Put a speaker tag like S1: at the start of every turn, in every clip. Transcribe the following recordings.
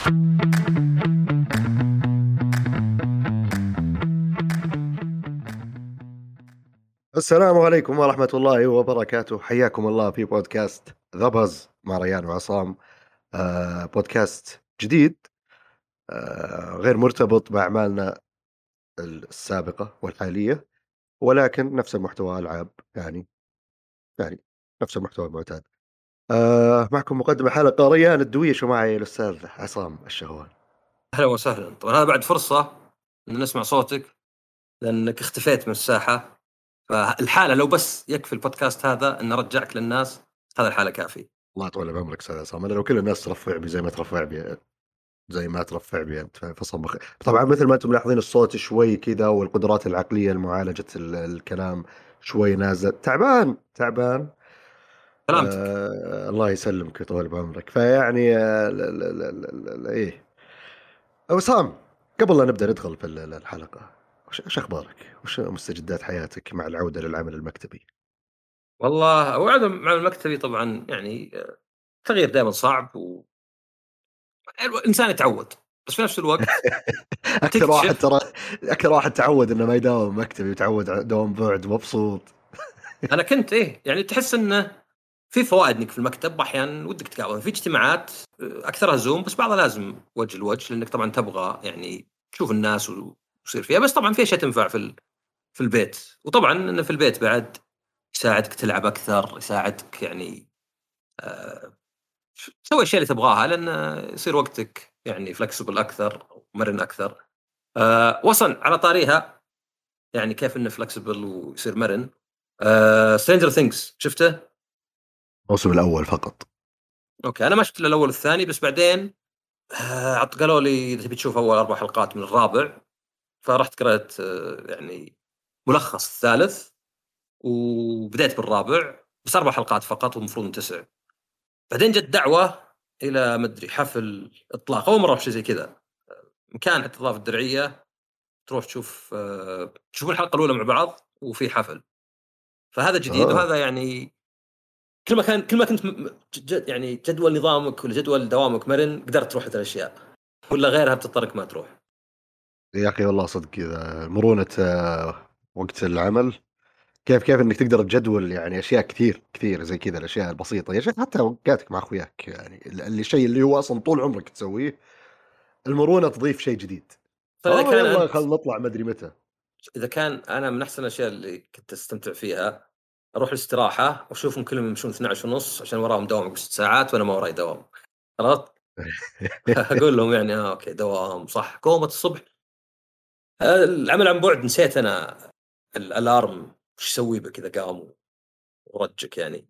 S1: السلام عليكم ورحمة الله وبركاته، حياكم الله في بودكاست ذا بز مع ريان وعصام. بودكاست جديد، غير مرتبط بأعمالنا السابقة والحالية، ولكن نفس المحتوى ألعاب يعني نفس المحتوى المعتاد. معكم مقدم الحلقة ريان الدويش، ومعي الأستاذ عصام الشهوان.
S2: أهلا وسهلا. طبعا هذا بعد فرصة أن نسمع صوتك لأنك اختفيت من الساحة، فالحالة لو بس يكفي البودكاست هذا أن نرجعك للناس، هذا الحالة كافي.
S1: الله يطول بعمرك أستاذ عصام. أنا لو كل الناس ترفع بي زي ما ترفع بي أنت فصل مخ. طبعا مثل ما أنتم ملاحظين الصوت شوي كذا، والقدرات العقلية لمعالجة الكلام شوي نازل، تعبان.
S2: سلامتك.
S1: الله يسلمك ويطول بعمرك. فيعني إيه، وسام، قبل لا نبدأ ندخل في الحلقة، وش أخبارك؟ وش مستجدات حياتك مع العودة للعمل المكتبي؟
S2: والله وعدم مع المكتبي طبعا يعني تغيير دائما صعب الإنسان يتعود، بس في نفس الوقت
S1: أكثر واحد
S2: تكتشف.
S1: ترى أكثر واحد تعود إنه ما يداوم مكتبي وتعود دوام بعد، مبسوط.
S2: أنا كنت يعني تحس إنه في فوائد إنك في المكتب، أحيانا ودك تقابل في اجتماعات أكثرها زوم، بس بعضها لازم وجه لوجه لأنك طبعا تبغى يعني تشوف الناس ويصير فيها. بس طبعا في أشياء تنفع في البيت، وطبعا إنه في البيت بعد يساعدك تلعب أكثر، يساعدك يعني آه، تسوي الأشياء اللي تبغاها، لأن يصير وقتك يعني فلكسبل أكثر، مرن أكثر. وصل على طاريها يعني كيف إنه فلكسبل ويصير مرن. سترينجر ثينجز شفته؟
S1: الموسم الأول فقط.
S2: أوكي، أنا ما شفت إلا الأول والثاني، بس بعدين قالوا لي إذا تبي تشوف أول 4 حلقات من الرابع، فرحت قرأت يعني ملخص الثالث، وبدأت بالرابع، بس 4 حلقات فقط والمفروض 9. بعدين جت دعوة إلى مدري حفل إطلاق، أول مرة أروح شيء زي كذا، مكان حتى تضاف الدرعية، تروح تشوف تشوفون الحلقة الأولى مع بعض وفي حفل. فهذا جديد،
S1: آه.
S2: وهذا يعني كل ما كنت يعني جدول نظامك ولا جدول دوامك مرن، قدرت تروح هذه الأشياء، ولا غيرها بتضطرك ما تروح.
S1: يا أخي والله صدق كذا مرونة وقت العمل. كيف إنك تقدر تجدول يعني أشياء كثير زي كذا، الأشياء البسيطة يا شيخ، حتى وقتك مع أخوياك، يعني الشيء اللي هو أصلا طول عمرك تسويه، المرونة تضيف شيء جديد.
S2: فإذا كان
S1: يلا
S2: أنت
S1: خلينا نطلع مدري متى.
S2: إذا كان أنا من أحسن الأشياء اللي كنت أستمتع فيها أروح الاستراحة وأشوفهم كلهم يمشون 12 ونص عشان وراهم دوام 6 ساعات وأنا ما وراي دوام، عرفت؟ أقول لهم يعني أوكي دوام صح، قومة الصبح. العمل عن بعد نسيت أنا الألارم وش يسوي به كذا، قام ورجك يعني.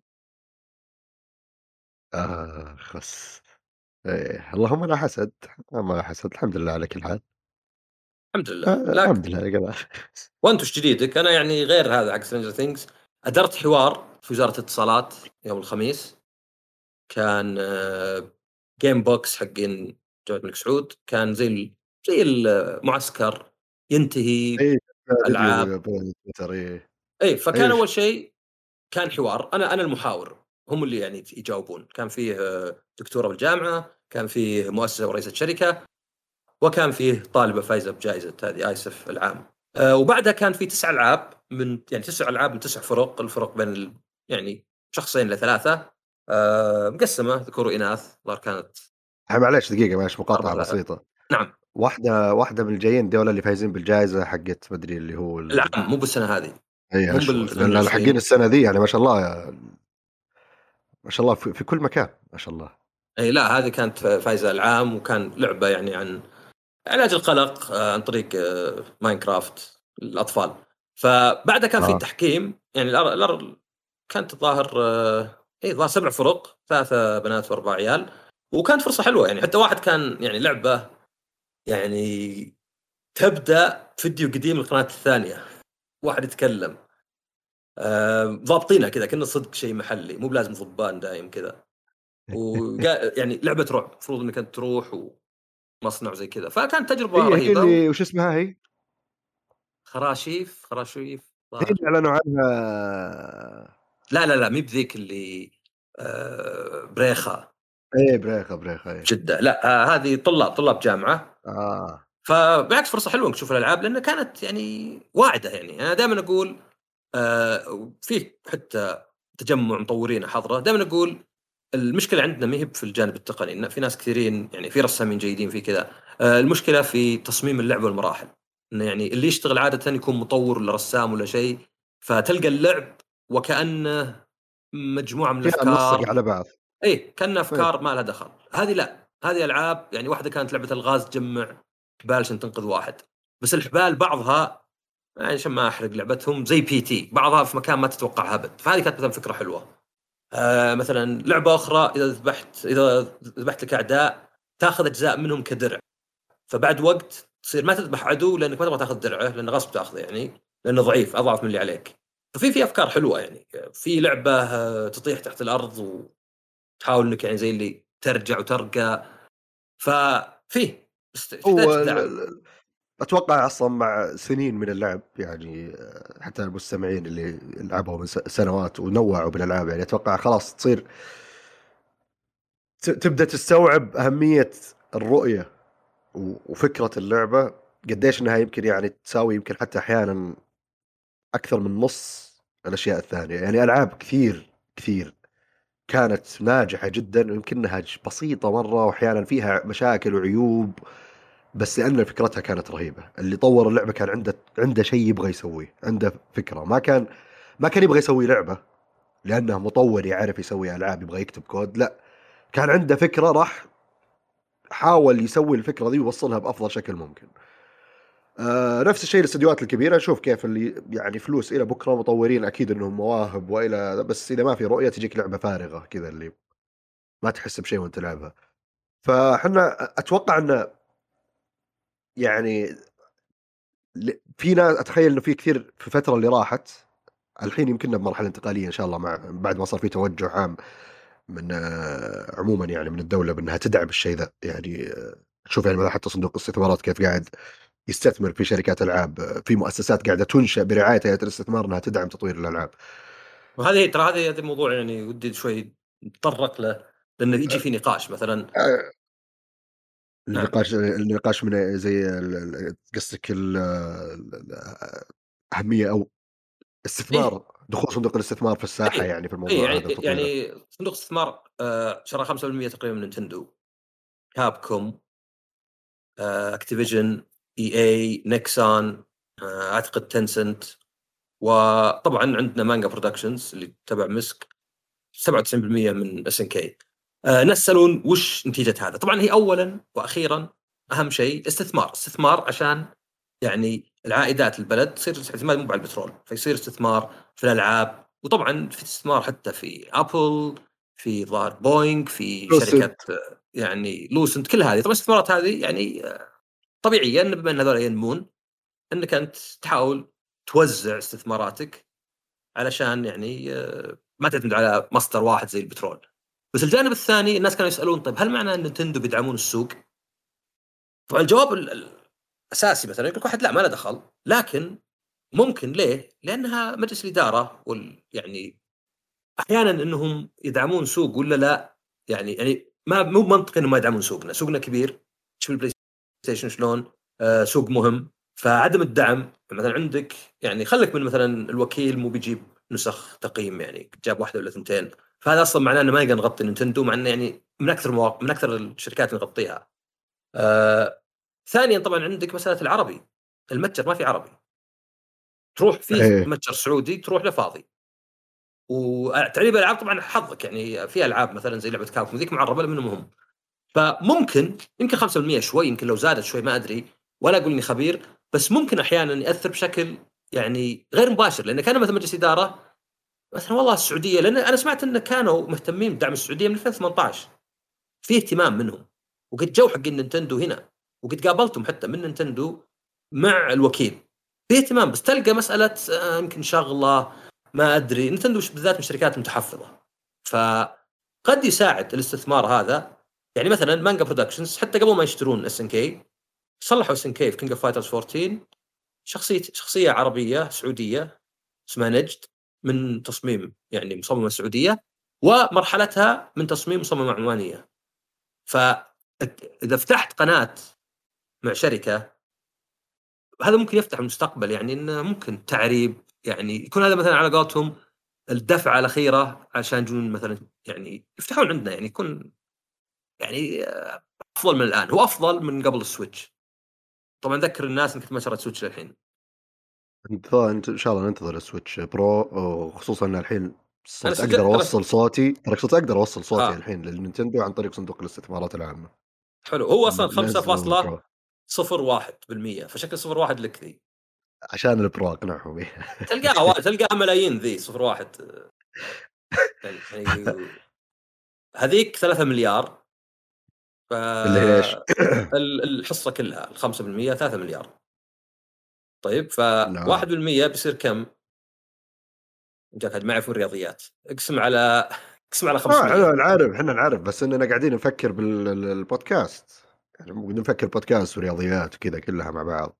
S1: خس. إيه اللهم لا حسد، ما حسد، الحمد لله على كل حال.
S2: الحمد لله. لكن
S1: الحمد لله كذا.
S2: وأنت وش جديدك؟ أنا يعني غير هذا حق سترينجر ثينجز، أدرت حوار في وزارة الاتصالات يوم الخميس، كان جيم بوكس حقين جامعة الملك سعود، كان زي المعسكر ينتهي
S1: اي فيديو
S2: ألعاب.
S1: بتويتر. ايه
S2: أي فكان
S1: ايش؟
S2: أول شيء كان حوار، أنا المحاور، هم اللي يعني يجاوبون. كان فيه دكتورة بالجامعة، كان فيه مؤسسة ورئيسة شركة، وكان فيه طالبة فايزة بجائزة هذه آيسف العام. وبعدها كان في 9 ألعاب من يعني 9 ألعاب من 9 فرق، الفرق بين يعني شخصين ل3، مقسمة ذكور وإناث، الظاهر كانت
S1: معليش دقيقة، معليش
S2: 4
S1: مقاطعة
S2: ألعاب.
S1: بسيطة.
S2: نعم.
S1: واحدة من الجايين دولة اللي فايزين بالجائزة حقت مدري اللي هو
S2: العام مو بالسنة هذه،
S1: اي
S2: هم
S1: اشوى، لان الحقين
S2: بال28.
S1: السنة ذي يعني ما شاء الله، ما شاء الله في كل مكان ما شاء الله.
S2: أي لا، هذه كانت فايزة العام، وكان لعبة يعني عن علاج القلق عن طريق ماينكرافت للأطفال. فبعدها كان في
S1: اه
S2: التحكيم، يعني كانت الظاهر اي ظاهر 7 فرق، 3 بنات و4 عيال، وكانت فرصة حلوة يعني. حتى واحد كان يعني لعبة يعني تبدأ فيديو قديم القناة الثانية، واحد يتكلم ضابطينها كذا كأنه صدق شيء محلي، مو بلازم ضبان دايم كذا. يعني لعبة رعب، المفروض انك انت تروح ومصنع زي كذا، فكانت تجربة
S1: هي
S2: رهيبة.
S1: اللي وش اسمها هي؟
S2: خراشيف
S1: هي
S2: ظاهر.
S1: اللي اعلنوا عنها.
S2: لا مي بذيك اللي بريخة.
S1: ايه بريخة ايه.
S2: جدة. لا هذه طلاب جامعة.
S1: اه
S2: فبالعكس فرصة حلوة انك تشوف الالعاب لانها كانت يعني واعدة. يعني انا دائما اقول في حتى تجمع مطورين احضره دائما اقول المشكلة عندنا ما هي في الجانب التقني، إن في ناس كثيرين يعني في رسامين جيدين في كذا. المشكلة في تصميم اللعبة والمراحل، إنه يعني اللي يشتغل عادة يكون مطور ولا رسام ولا شيء، فتلقى اللعب وكأنه مجموعة من
S1: فيها منصق
S2: الأفكار.
S1: على بعض.
S2: إيه كأنها
S1: إيه.
S2: أفكار ما لها دخل. هذه لا، هذه ألعاب يعني واحدة كانت لعبة الغاز تجمع حبال عشان تنقذ واحد، بس الحبال بعضها يعني عشان ما أحرق لعبتهم زي بي تي، بعضها في مكان ما تتوقعها أبد. فهذه كانت مثلا فكرة حلوة. مثلا لعبة أخرى إذا ذبحت لك أعداء تاخذ أجزاء منهم كدرع، فبعد وقت تصير ما تذبح عدو لأنك ما تبغى تاخذ درعه لأنه غصب تاخذه، يعني لأنه ضعيف أضعف من اللي عليك. ففي أفكار حلوة يعني. في لعبة تطيح تحت الأرض وتحاول إنك يعني زي اللي ترجع وترقى. ففيه بس
S1: هو
S2: تحتاج دعم.
S1: اتوقع اصلا مع سنين من اللعب يعني حتى المستمعين اللي لعبوا من سنوات ونوعوا بالالعاب، يعني اتوقع خلاص تصير تبدا تستوعب اهميه الرؤيه وفكره اللعبه، قديش انها يمكن يعني تساوي يمكن حتى احيانا اكثر من نص الاشياء الثانيه. يعني العاب كثير كانت ناجحه جدا ويمكنها بسيطه مره واحيانا فيها مشاكل وعيوب، بس لأن فكرتها كانت رهيبة. اللي طور اللعبة كان عنده شيء يبغى يسويه، عنده فكرة. ما كان يبغى يسوي لعبة لأنه مطور يعرف يسوي ألعاب يبغى يكتب كود، لا، كان عنده فكرة راح حاول يسوي الفكرة دي ويوصلها بأفضل شكل ممكن. نفس الشيء الاستديوهات الكبيرة، نشوف كيف اللي يعني فلوس إلى بكرة، مطورين أكيد إنهم مواهب وإلى، بس إذا ما في رؤية تجيك لعبة فارغة كذا اللي ما تحس بشيء وأنت تلعبها. فحنا أتوقع أنه يعني في ناس اتخيل انه في كثير في الفتره اللي راحت، الحين يمكننا بمرحله انتقاليه ان شاء الله مع بعد ما صار في توجه عام من عموما يعني من الدوله بانها تدعم الشيء ذا. يعني تشوف يعني حتى صندوق الاستثمارات كيف قاعد يستثمر في شركات العاب، في مؤسسات قاعده تنشا برعايه هيئه الاستثمار انها تدعم تطوير الالعاب.
S2: وهذه ترى هذا موضوع يعني ودي شوي نتطرق له، لأنه يجي في نقاش مثلا.
S1: آه،
S2: نعم.
S1: النقاش من زي قصدك اهميه او
S2: إيه
S1: استثمار، دخول صندوق الاستثمار في الساحه
S2: إيه
S1: يعني في
S2: إيه
S1: الموضوع
S2: يعني
S1: هذا وتطويره.
S2: يعني صندوق استثمار شرى 5% تقريبا من نينتندو، كابكوم، اكتيفيجن، اي اي، نيكسون، اعتقد تنسنت، وطبعا عندنا مانجا برودكشنز اللي تبع مسك 97% من اس ان كي. ناس يسالون وش نتيجه هذا؟ طبعا هي اولا واخيرا اهم شيء استثمار عشان يعني العائدات البلد تصير اعتماد مو على البترول، فيصير استثمار في الالعاب. وطبعا في استثمار حتى في ابل، في ظاهر بوينغ، في شركه
S1: لوسنت.
S2: يعني لوسنت. كل هذه طبعا الاستثمارات هذه يعني طبيعيه ان بما ان هذول ينمون انك انت تحاول توزع استثماراتك علشان يعني ما تعتمد على مصدر واحد زي البترول. بس الجانب الثاني الناس كانوا يسالون طيب هل معنى ان نينتندو بيدعمون السوق؟ طبعا الجواب الاساسي مثلا يقول لك واحد لا ما له دخل، لكن ممكن ليه؟ لانها مجلس الاداره يعني احيانا انهم يدعمون سوق ولا لا. يعني ما مو منطقي انهم ما يدعمون سوقنا. سوقنا كبير، تشوف البلاي ستيشن شلون سوق مهم. فعدم الدعم مثلا عندك يعني خليك من مثلا الوكيل مو بيجيب نسخ تقييم، يعني جاب واحده ولا ثنتين، فهذا اصلا معناه انه ما نقدر نغطي نينتندو، مع انه يعني من اكثر من اكثر الشركات اللي نغطيها. آه ثانيا طبعا عندك مساله العربي، المتجر ما في عربي. تروح في
S1: ايه
S2: متجر سعودي تروح له فاضي. وتعريب الالعاب طبعا حظك، يعني في العاب مثلا زي لعبه كابكوم ذيك معربه منهم هم. فممكن يمكن 5% شوي، يمكن لو زادت شوي ما ادري، ولا اقول اني خبير، بس ممكن احيانا ياثر بشكل يعني غير مباشر. لان كان مثلا مجلس اداره مثلا والله السعوديه، لان انا سمعت ان كانوا مهتمين بدعم السعوديه من 2018، في اهتمام منهم، وقد جو حق النينتندو هنا، وقد قابلتهم حتى من نينتندو مع الوكيل، في اهتمام. بس تلقى مساله يمكن شغله ما ادري. نينتندو بالذات من الشركات المتحفظه، فقد يساعد الاستثمار هذا. يعني مثلا مانجا برودكشنز حتى قبل ما يشترون اس ان كي صلحوا اس ان كي في كينج اوف فايترز 14. شخصيه عربيه سعوديه اسمها نجد، من تصميم يعني مصممه سعوديه، ومرحلتها من تصميم مصممه عمانيه. فاذا فتحت قناه مع شركه، هذا ممكن يفتح المستقبل، يعني انه ممكن تعريب، يعني يكون هذا مثلا على قولتهم الدفعه الاخيره عشان يجون مثلا يعني يفتحون عندنا، يعني يكون يعني افضل من الان، هو افضل من قبل السويتش. طبعا ذكر الناس انك ما شريت سويتش للحين.
S1: انت ان شاء الله ننتظر السويتش برو، وخصوصا ان الحين
S2: انا
S1: صرت اقدر
S2: سجلت ترى.
S1: اوصل صوتي، صرت اقدر اوصل صوتي
S2: اه
S1: الحين للنينتندو عن طريق صندوق الاستثمارات العامه
S2: حلو، هو
S1: لما
S2: اصلا
S1: نزلوا البرو
S2: 5.01%، فشكل 0.1 لك ذي.
S1: عشان البرو اقنعهم به.
S2: تلقاها ملايين ذي 0.1 يعني هذيك 3 مليار،
S1: اللي هي ايش؟
S2: الحصه كلها ال 5% 3 مليار. طيب ف
S1: نعم.
S2: 1% بيصير كم؟ جاك ما يعرفون الرياضيات، اقسم على اقسم على 500.
S1: احنا نعرف بس اننا قاعدين نفكر بالبودكاست، يعني ممكن نفكر بودكاست ورياضيات وكذا كلها مع بعض.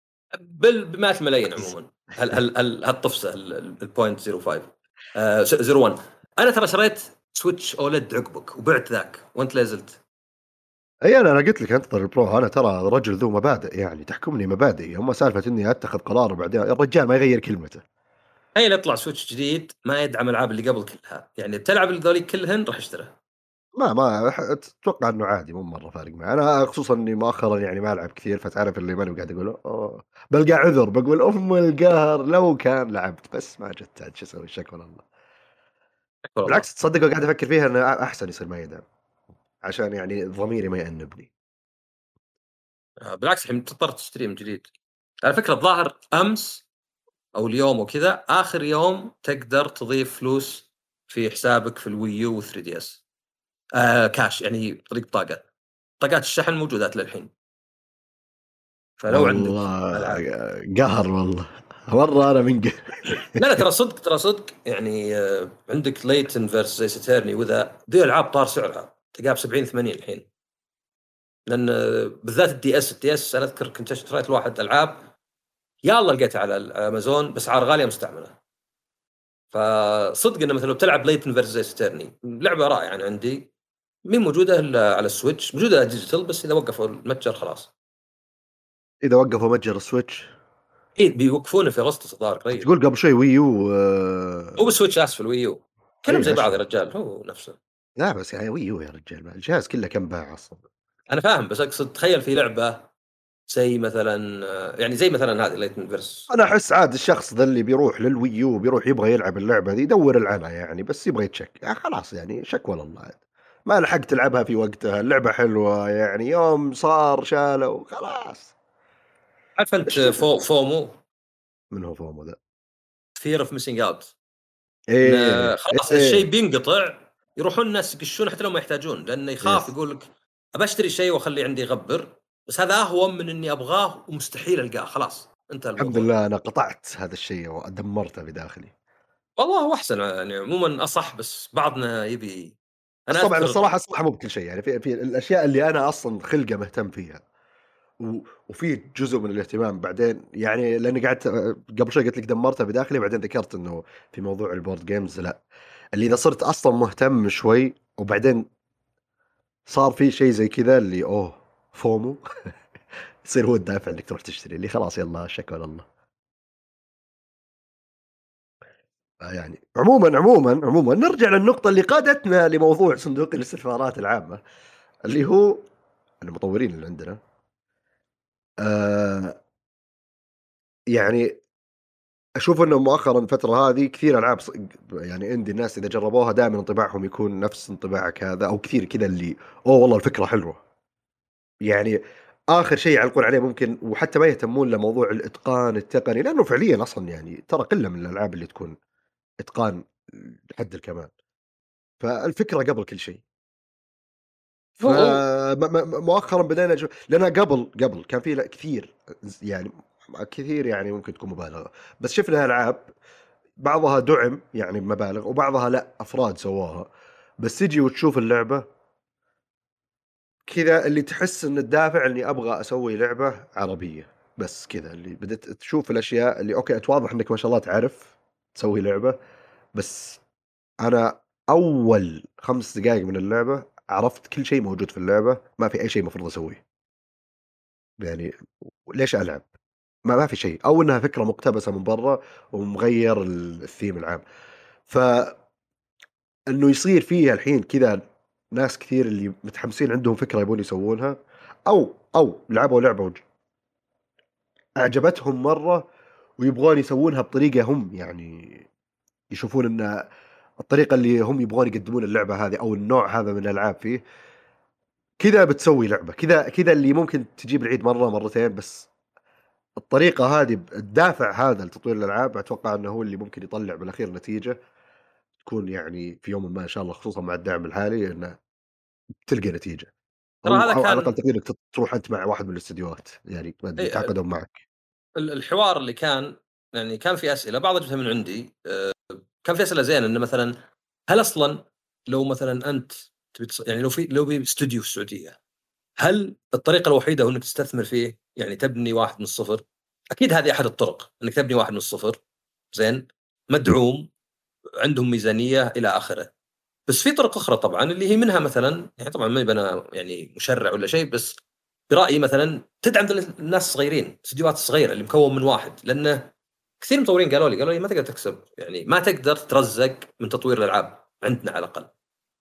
S2: بمئات الملايين عموما. هالطفسه البوينت 05 01. انا ترى شريت سويتش اولد عقبك وبعت ذاك وانت لا زلت.
S1: اي انا قلت لك انتظر البرو، انا ترى رجل ذو مبادئ، يعني تحكمني مبادئي، هم سالفه اني اتخذ قرار وبعدين الرجال ما يغير كلمته.
S2: تخيل يطلع سويتش جديد ما يدعم الالعاب اللي قبل كلها، يعني بتلعب ذوليك كلهن راح اشتريه.
S1: ما اتوقع انه عادي، مو مره فارق معي انا، خصوصا اني مؤخرا يعني ما العب كثير، فتعرف اللي ماني قاعد اقول أوه. بلقى عذر بقول القهر لو كان لعبت، بس ما جت شو اسوي، شكرا الله.
S2: شكرا الله.
S1: بالعكس تصدق قاعد افكر فيها انه احسن يصير ما يدعم، عشان يعني ضميري ما يأنبني.
S2: بالعكس الحين تضطر تشتري من جديد. على فكره الظاهر امس او اليوم وكذا اخر يوم تقدر تضيف فلوس في حسابك في الويو و3 دي اس كاش، يعني طريق طاقات الشحن موجودات للحين، فلو عندك
S1: والله
S2: العاب.
S1: قهر والله، مرة انا من قهر.
S2: لا ترى صدق ترى صدق، يعني عندك ليتن فيرس زي ستيرني وذا ذي العاب طار سعرها تلقاها ب 70 80 الحين، لان بالذات الدي اس انا اذكر كنت اشتريت الواحد العاب يلا لقيتها على الامازون باسعار غاليه مستعمله. فصدق انه مثلا لو بتلعب ليتن فيرس زي ستيرني لعبه رائعه، أنا عندي مين موجوده الا على السويتش، موجوده ديجيتال بس اذا وقفوا المتجر خلاص.
S1: اذا وقفوا متجر السويتش.
S2: اكيد بيوقفونه في اغسطس الظاهر قريب.
S1: تقول قبل شوي ويو
S2: هو بالسويتش اسفل ويو كلهم زي
S1: اي
S2: بعض يا
S1: اشوف.
S2: رجال، هو نفسه.
S1: لا بس يعني ويو يا رجال، الجهاز كله كم باع اصلا.
S2: انا فاهم بس اقصد تخيل في لعبه زي مثلا يعني زي مثلا هذه ليتن فيرس.
S1: انا احس عاد الشخص ذا اللي بيروح للويو بيروح يبغى يلعب اللعبه دي يدور العنى يعني، بس يبغى يتشك يعني خلاص، يعني شكوى الله عاد. ما لحقت تلعبها في وقتها، اللعبه حلوه يعني يوم صار شالوا خلاص.
S2: عارف انت
S1: ايش
S2: فومو،
S1: من هو فومو ذا؟
S2: فير اوف ميسنج اوت، ان
S1: ايه
S2: خلاص الشيء
S1: ايه.
S2: بينقطع يروحون الناس يقشون حتى لو ما يحتاجون، لانه يخاف
S1: يس.
S2: يقول لك ابى اشتري شيء واخلي عندي يغبر، بس هذا اهون من اني ابغاه ومستحيل القاه، خلاص انتهى
S1: الحمد
S2: الموضوع.
S1: لله انا قطعت هذا الشيء ودمرته بداخلي.
S2: والله هو احسن يعني عموما اصح، بس بعضنا يبي.
S1: بس
S2: انا
S1: طبعا
S2: اذكر
S1: الصراحه الصراحه مو بكل شيء، يعني في الاشياء اللي انا اصلا خلقه مهتم فيها، وفي جزء من الاهتمام بعدين، يعني لاني قعدت قبل شوي قلت لك دمرتها بداخلي، بعدين ذكرت انه في موضوع البورد جيمز لا، اللي اذا صرت اصلا مهتم شوي وبعدين صار في شيء زي كذا اللي فومو يصير هو الدافع انك تروح تشتري، اللي خلاص يلا شكرا لله. يعني عموما نرجع للنقطة اللي قادتنا لموضوع صندوق الاستثمارات العامة، اللي هو المطورين اللي عندنا. آه يعني اشوف انه مؤخرا الفتره هذه كثير العاب يعني عندي الناس اذا جربوها دائما انطباعهم يكون نفس انطباعك هذا، او كثير كذا اللي والله الفكره حلوه، يعني اخر شيء يعلقون عليه ممكن، وحتى ما يهتمون لموضوع الاتقان التقني، لانه فعليا اصلا يعني ترى قله من الالعاب اللي تكون اتقان لحد الكمال، فالفكره قبل كل شيء.
S2: هو
S1: فمؤخرا بدينا لان قبل كان في كثير، يعني كثير يعني ممكن تكون مبالغه، بس شفنا العاب بعضها دعم يعني بمبالغ، وبعضها لا افراد سواها، بس تجي وتشوف اللعبه كذا اللي تحس ان الدافع اني ابغى اسوي لعبه عربيه، بس كذا اللي بدأت تشوف الاشياء اللي اوكي اتواضح انك ما شاء الله تعرف تسوي لعبه، بس انا اول 5 دقائق من اللعبه عرفت كل شيء موجود في اللعبة، ما في أي شيء المفروض أسويه. يعني ليش ألعب؟ ما في شيء، أو إنها فكرة مقتبسة من برّا ومغيّر الtheme العام. فإنه يصير فيها الحين كذا ناس كثير اللي متحمسين عندهم فكرة يبون يسوونها، أو لعبوا لعبة أعجبتهم مرّة ويبغون يسوونها بطريقة هم يعني يشوفون إن الطريقة اللي هم يبغون يقدمون اللعبة هذه أو النوع هذا من الألعاب فيه، كذا بتسوي لعبة، كذا اللي ممكن تجيب العيد مرّة مرتين بس. الطريقة هذه الدافع هذا لتطوير الألعاب أتوقع إنه هو اللي ممكن يطلّع بالأخير نتيجة تكون يعني في يومٍ ما إن شاء الله، خصوصًا مع الدعم الحالي، إنه تلقى نتيجة،
S2: ترى هذا
S1: أو على الأقل
S2: كان
S1: تقدر إنك تروح أنت مع واحد من الاستديوهات، يعني ما أدري
S2: إيه،
S1: يتعاقدون معك.
S2: الحوار اللي كان يعني كان في أسئلة بعضها جبتها من عندي، كان في أسئلة زينة إنه مثلًا هل أصلًا لو مثلًا أنت تبي يعني لو في استوديو في السعودية، هل الطريقة الوحيدة هو إنك تستثمر فيه؟ يعني تبني واحد من الصفر؟ أكيد هذه أحد الطرق، إنك تبني واحد من الصفر، زين، مدعوم، عندهم ميزانية إلى آخره. بس في طرق أخرى طبعًا اللي هي منها مثلًا يعني طبعًا ماني أنا يعني مشرع ولا شيء، بس برأيي مثلًا تدعم الناس الصغيرين، الاستديوهات الصغيرة اللي مكوّن من واحد، لأنه كثير من المطورين قالوا لي ما تقدر تكسب، يعني ما تقدر تترزق من تطوير الألعاب عندنا على الأقل.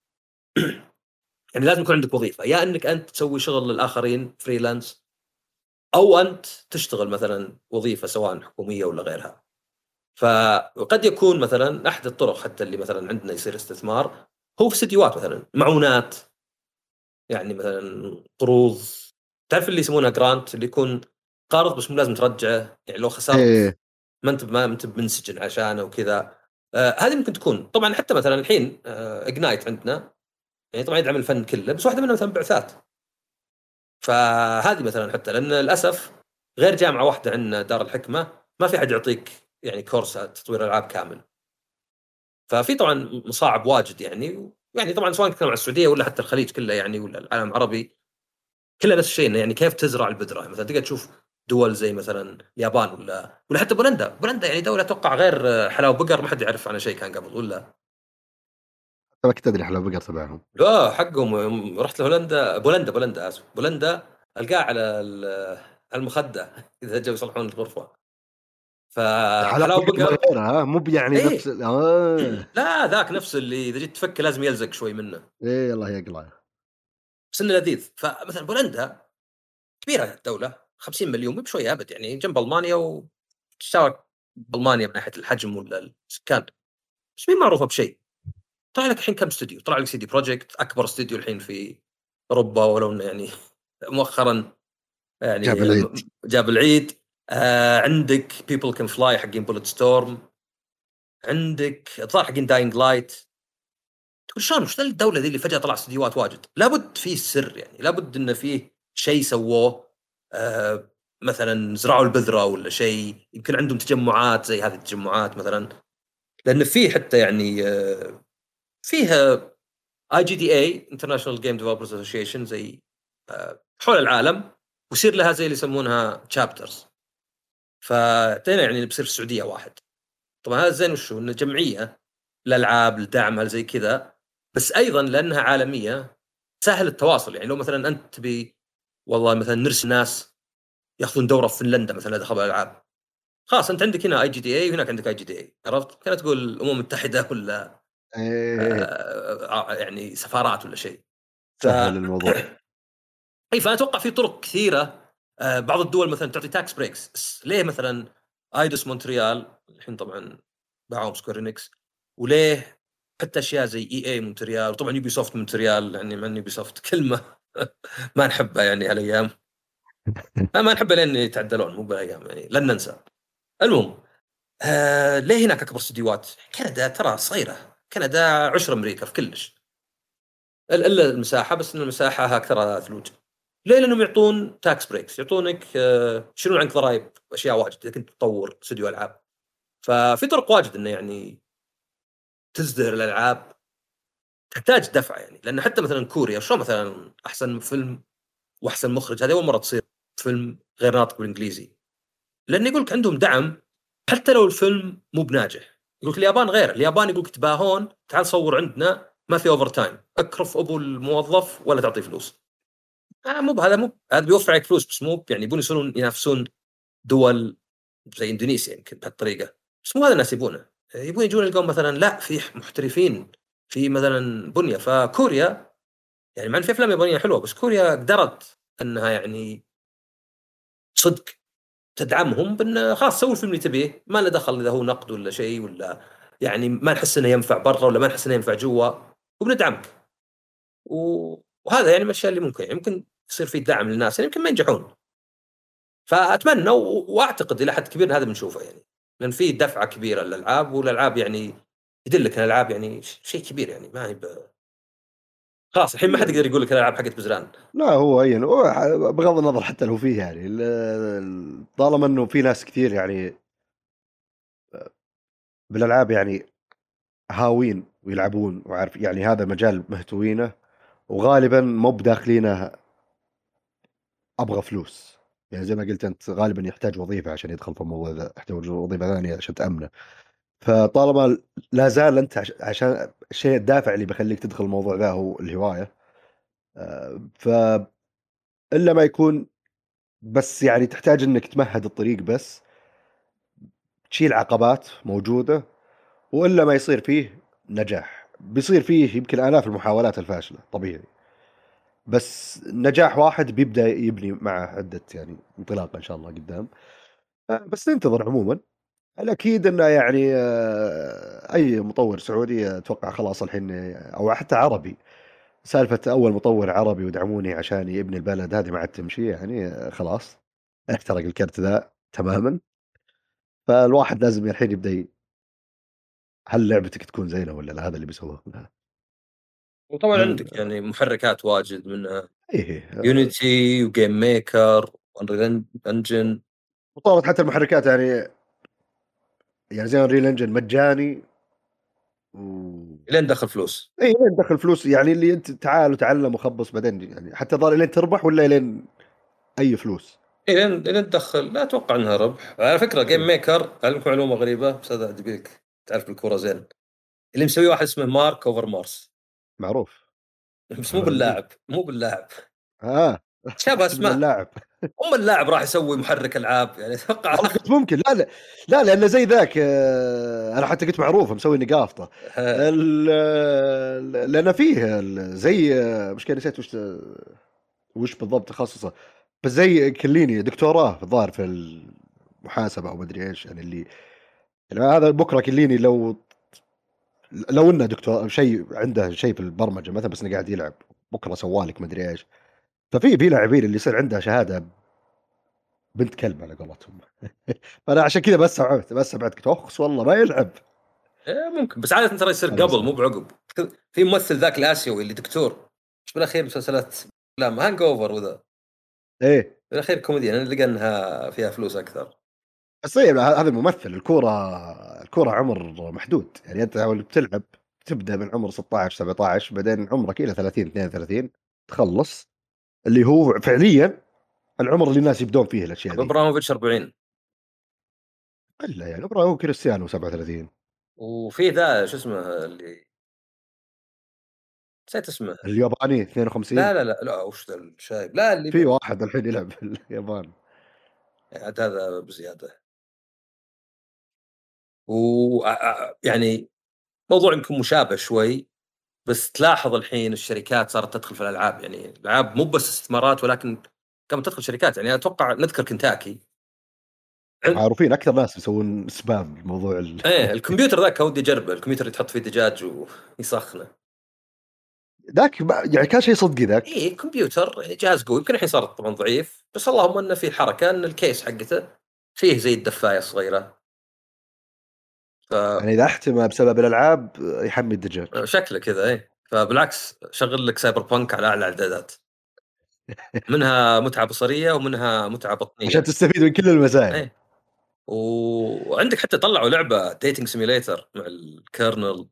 S2: يعني لازم يكون عندك وظيفة، يا إنك أنت تسوي شغل للآخرين freelance، أو أنت تشتغل مثلًا وظيفة سواء حكومية والّا غيرها. وقد يكون مثلًا أحد الطرق حتى اللي مثلًا عندنا يصير استثمار هو في استديوهات مثلًا، معونات، يعني مثلًا قروض، تعرف اللي يسمونها grant اللي يكون قرض بس مو لازم ترجعه، يعني لو خسرت
S1: إيه،
S2: ما أنت بمنسجن عشانه وكذا. هذه ممكن تكون طبعًا حتى مثلًا الحين ignite عندنا يعني طبعًا يدعم الفن كله، بس واحدة منها مثلًا بعثات. فهذه مثلًا حتى لأن للأسف غير جامعة واحدة عندنا دار الحكمة ما في أحد يعطيك يعني كورس تطوير ألعاب كامل. ففي طبعًا مصاعب واجد يعني، ويعني طبعًا سواء نتكلم عن السعودية والّا حتى الخليج كله يعني والّا العالم العربي، كلها نفس الشيء، إنه يعني كيف تزرع البذرة. مثلًا تقدر تشوف دول زي مثلًا اليابان والّا حتى بولندا يعني دولة أتوقع غير حلاوة بقر ما حد يعرف عنها شيء كان قبل والّا؟
S1: ما كنت أدري حلا بقر تبعهم.
S2: لا حقهم رُحت لهولندا بولندا آسف، بولندا ألقاه على على المخدة إذا جوا يصلحون الغرفة.
S1: حلا
S2: فحلاوة
S1: بقر من
S2: بقر
S1: غيرها، مو بيعني نفس
S2: إيه،
S1: آه.
S2: لا ذاك نفس اللي إذا جيت تفكه لازم يلزق شوي منه،
S1: إيه الله يقلع.
S2: بس إنه لذيذ. فمثلًا بولندا كبيرة الدولة 50,000,000 مو بشوية أبد، يعني جنب ألمانيا وتتساوى بألمانيا من ناحية الحجم ولا السكان، بس مين معروفة بشيء. طلع لك الحين كم استوديو، طلع لك CD Projekt أكبر استوديو الحين في أوروبا، ولو إنه يعني مؤخرًا
S1: جاب
S2: يعني
S1: العيد.
S2: جاب العيد. عندك People Can Fly حقين Bulletstorm، عندك الظاهر حقين Dying Light. تقول شلون وش ذا الدولة ذي اللي فجأة طلع استديوهات واجد؟ لابد فيه سر يعني، لابد إنه فيه شيء سووه، مثلًا زرعوا البذرة والّا شيء، يمكن عندهم تجمعات زي هذه التجمعات مثلًا، لأن فيه حتى يعني فيه IGDA International Game Developers Association زي حول العالم، ويصير لها زي اللي يسمونها chapters. فتين يعني بيصير في السعودية واحد. طبعًا هذا زين وشو إنه جمعية للألعاب لدعمها لزي كذا، بس أيضًا لأنها عالمية تسهّل التواصل. يعني لو مثلًا أنت تبي والله مثلًا نرسل ناس ياخذون دورة في فنلندا مثلًا إذا دخلوا الألعاب، خلاص أنت عندك هنا IGDA وهناك عندك IGDA، عرفت؟ كأنها تقول الأمم المتحدة والّا
S1: إيه،
S2: يعني سفارات والّا شيء. ف
S1: سهّل الموضوع.
S2: أي فأنا أتوقع في طرق كثيرة. بعض الدول مثلًا تعطي tax breaks، ليه مثلًا أيدوس مونتريال الحين طبعًا باعوهم سكوير إنكس، وليه حتى أشياء زي EA مونتريال، وطبعًا Ubisoft مونتريال، يعني مع إن Ubisoft كلمة ما نحبها يعني هالأيام، ما نحبها لين يتعدلون مو بالأيام يعني لن ننسى. المهم ليه هناك أكبر استديوهات؟ كندا ترى صغيرة، كندا عُشر أمريكا في كلش، إلا المساحة، بس إن المساحة أكثرها ثلوج. ليه؟ لأنهم يعطون tax breaks، يعطونك يشيلون عنك ضرايب وأشياء واجد إذا كنت تطور استوديو ألعاب. ففي طرق واجد إنه يعني تزدهر الألعاب، تحتاج دفعة يعني، لأن حتى مثلًا كوريا شلون مثلًا أحسن فيلم وأحسن مخرج هذه أول مرة تصير فيلم غير ناطق بالإنجليزي، لأن يقول لك عندهم دعم حتى لو الفيلم مو بناجح. يقول لك اليابان غير، اليابان يقول لك تباهون تعال صور عندنا ما في اوفر تايم، اكرف ابو الموظف ولا تعطيه فلوس. مو هذا بيوفر عليك فلوس، بس مو يعني يبون ينافسون دول زي اندونيسيا يمكن بهالطريقه، بس مو هذا الناس يبونه. يبون يجون يلقون مثلا لا في محترفين في مثلا بنيه. فكوريا يعني مع ان في افلام يابانيه حلوه، بس كوريا قدرت انها يعني صدق تدعمهم بان خلاص سوي الفيلم اللي تبيه، ما له دخل اذا هو نقد ولا شيء، ولا يعني ما نحس انه ينفع برا ولا ما نحس انه ينفع جوا، وبندعمك. وهذا يعني من الاشياء اللي ممكن يعني ممكن يصير في دعم للناس، يعني يمكن ما ينجحون. فاتمنى واعتقد الى حد كبير هذا بنشوفه، يعني لان في دفعه كبيره للالعاب، والالعاب يعني يدلك ان الالعاب يعني شيء كبير، يعني ما هي خلاص الحين ما حد يقدر يقول لك الالعاب حقت بزران.
S1: لا هو أين بغض النظر حتى لو فيه يعني طالما انه في ناس كثير يعني بالالعاب يعني هاوين ويلعبون وعارف يعني هذا مجال مهتوينه، وغالبا مو بداخلينه ابغى فلوس. يعني زي ما قلت انت غالبا يحتاج وظيفه عشان يدخل في الموضوع ذا، يحتاج وظيفه ثانيه عشان تامنه. فطالما لا زال انت عشان الشيء الدافع اللي بيخليك تدخل الموضوع ذا هو الهوايه، ف الا ما يكون بس يعني تحتاج انك تمهد الطريق، بس تشيل عقبات موجوده، والا ما يصير فيه نجاح. بيصير فيه يمكن آلاف المحاولات الفاشله طبيعي، بس نجاح واحد بيبدا يبني مع عده يعني انطلاقه ان شاء الله قدام. بس ننتظر عموما. الأكيد إنه يعني أي مطور سعودي أتوقع خلاص الحين، أو حتى عربي، سالفة أول مطور عربي ودعموني عشان يبني البلد هذه ما عاد تمشي يعني. خلاص احترق الكرت ذا تماما. فالواحد لازم الحين يبدأ هل لعبتك تكون زينة ولا لا، هذا اللي بيسووه لها.
S2: وطبعا عندك يعني محركات واجد منها
S1: إيه
S2: يونيتي وجيم ميكر وانريل انجن.
S1: وطورت حتى المحركات يعني زي انريل انجن مجاني و
S2: لين دخل فلوس.
S1: اي لين دخل فلوس، يعني اللي انت تعال وتعلم وخبص بعدين يعني حتى ظهر لين تربح ولا لين اي فلوس.
S2: لين تدخل لا اتوقع انها ربح. على فكره جيم ميكر اعلمكم معلومه غريبه، بس هذا ادبيك تعرف الكوره زين. اللي مسويه واحد اسمه مارك اوفر مارس.
S1: معروف.
S2: بس مو باللاعب، مو باللاعب،
S1: اه
S2: شابه
S1: احسب ان
S2: اسماء.
S1: اللاعب.
S2: اللاعب راح يسوي محرك العاب يعني اتوقع.
S1: والله قلت ممكن، لا لا لا لانه زي ذاك انا حتى قلت معروف مسوي نقافطه. لان فيه زي مشكلة نسيت وش بالضبط تخصصه، بس زي كليني دكتوراه في الظاهر في المحاسبه او مدري ايش يعني اللي يعني هذا بكره كليني لو انه دكتور شيء عنده شيء في البرمجه مثلا، بس انه قاعد يلعب بكره سوالك مدري ايش. ففي لاعبين اللي يصير عنده شهاده بنت كلب على قولتهم. فانا عشان كذا بس بعد اخس والله ما يلعب.
S2: ممكن، بس عاده ترى يصير
S1: هذا
S2: قبل
S1: بس
S2: مو بعقب. في ممثل ذاك الاسيوي اللي دكتور، بس بالاخير مسلسلات افلام هانج اوفر وذا،
S1: ايه.
S2: بالاخير كوميديا لان لقى انها فيها فلوس اكثر.
S1: بس طيب هذا الممثل الكوره عمر محدود، يعني انت لو بتلعب تبدا من عمر 16 17 بعدين عمرك الى 30 32 تخلص، اللي هو فعليا العمر اللي الناس يبدون فيه الاشياء ذي.
S2: ابراموفيتش 40.
S1: الا يعني هو كريستيانو 37.
S2: وفي ذا شو اسمه اللي نسيت اسمه.
S1: الياباني 52.
S2: لا وش ذا الشايب، لا اللي
S1: في واحد الحين يلعب في اليابان.
S2: عاد هذا بزياده. و يعني موضوع يمكن مشابه شوي، بس تلاحظ الحين الشركات صارت تدخل في الالعاب. يعني الالعاب مو بس استثمارات، ولكن قامت تدخل شركات. يعني اتوقع نذكر كنتاكي.
S1: معروفين اكثر ناس يسوون سبام الموضوع
S2: ايه الكمبيوتر ذاك ودي اجربه، الكمبيوتر اللي تحط فيه دجاج ويسخنه.
S1: ذاك يعني كان شيء صدقي ذاك.
S2: ايه كمبيوتر يعني جهاز قوي، يمكن الحين صار طبعا ضعيف، بس اللهم انه في حركه ان الكيس حقته فيه زي الدفايه الصغيره.
S1: يعني اذا احتمى بسبب الالعاب يحمي الدجاج.
S2: فشكله كذا ايه، فبالعكس شغل لك سايبر بانك على اعلى اعدادات، منها متعه بصريه ومنها متعه
S1: عشان
S2: بطنيه.
S1: تستفيد من كل المزايا.
S2: ايه وعندك حتى طلعوا لعبه ديتنج سيميليتر مع الكيرنل.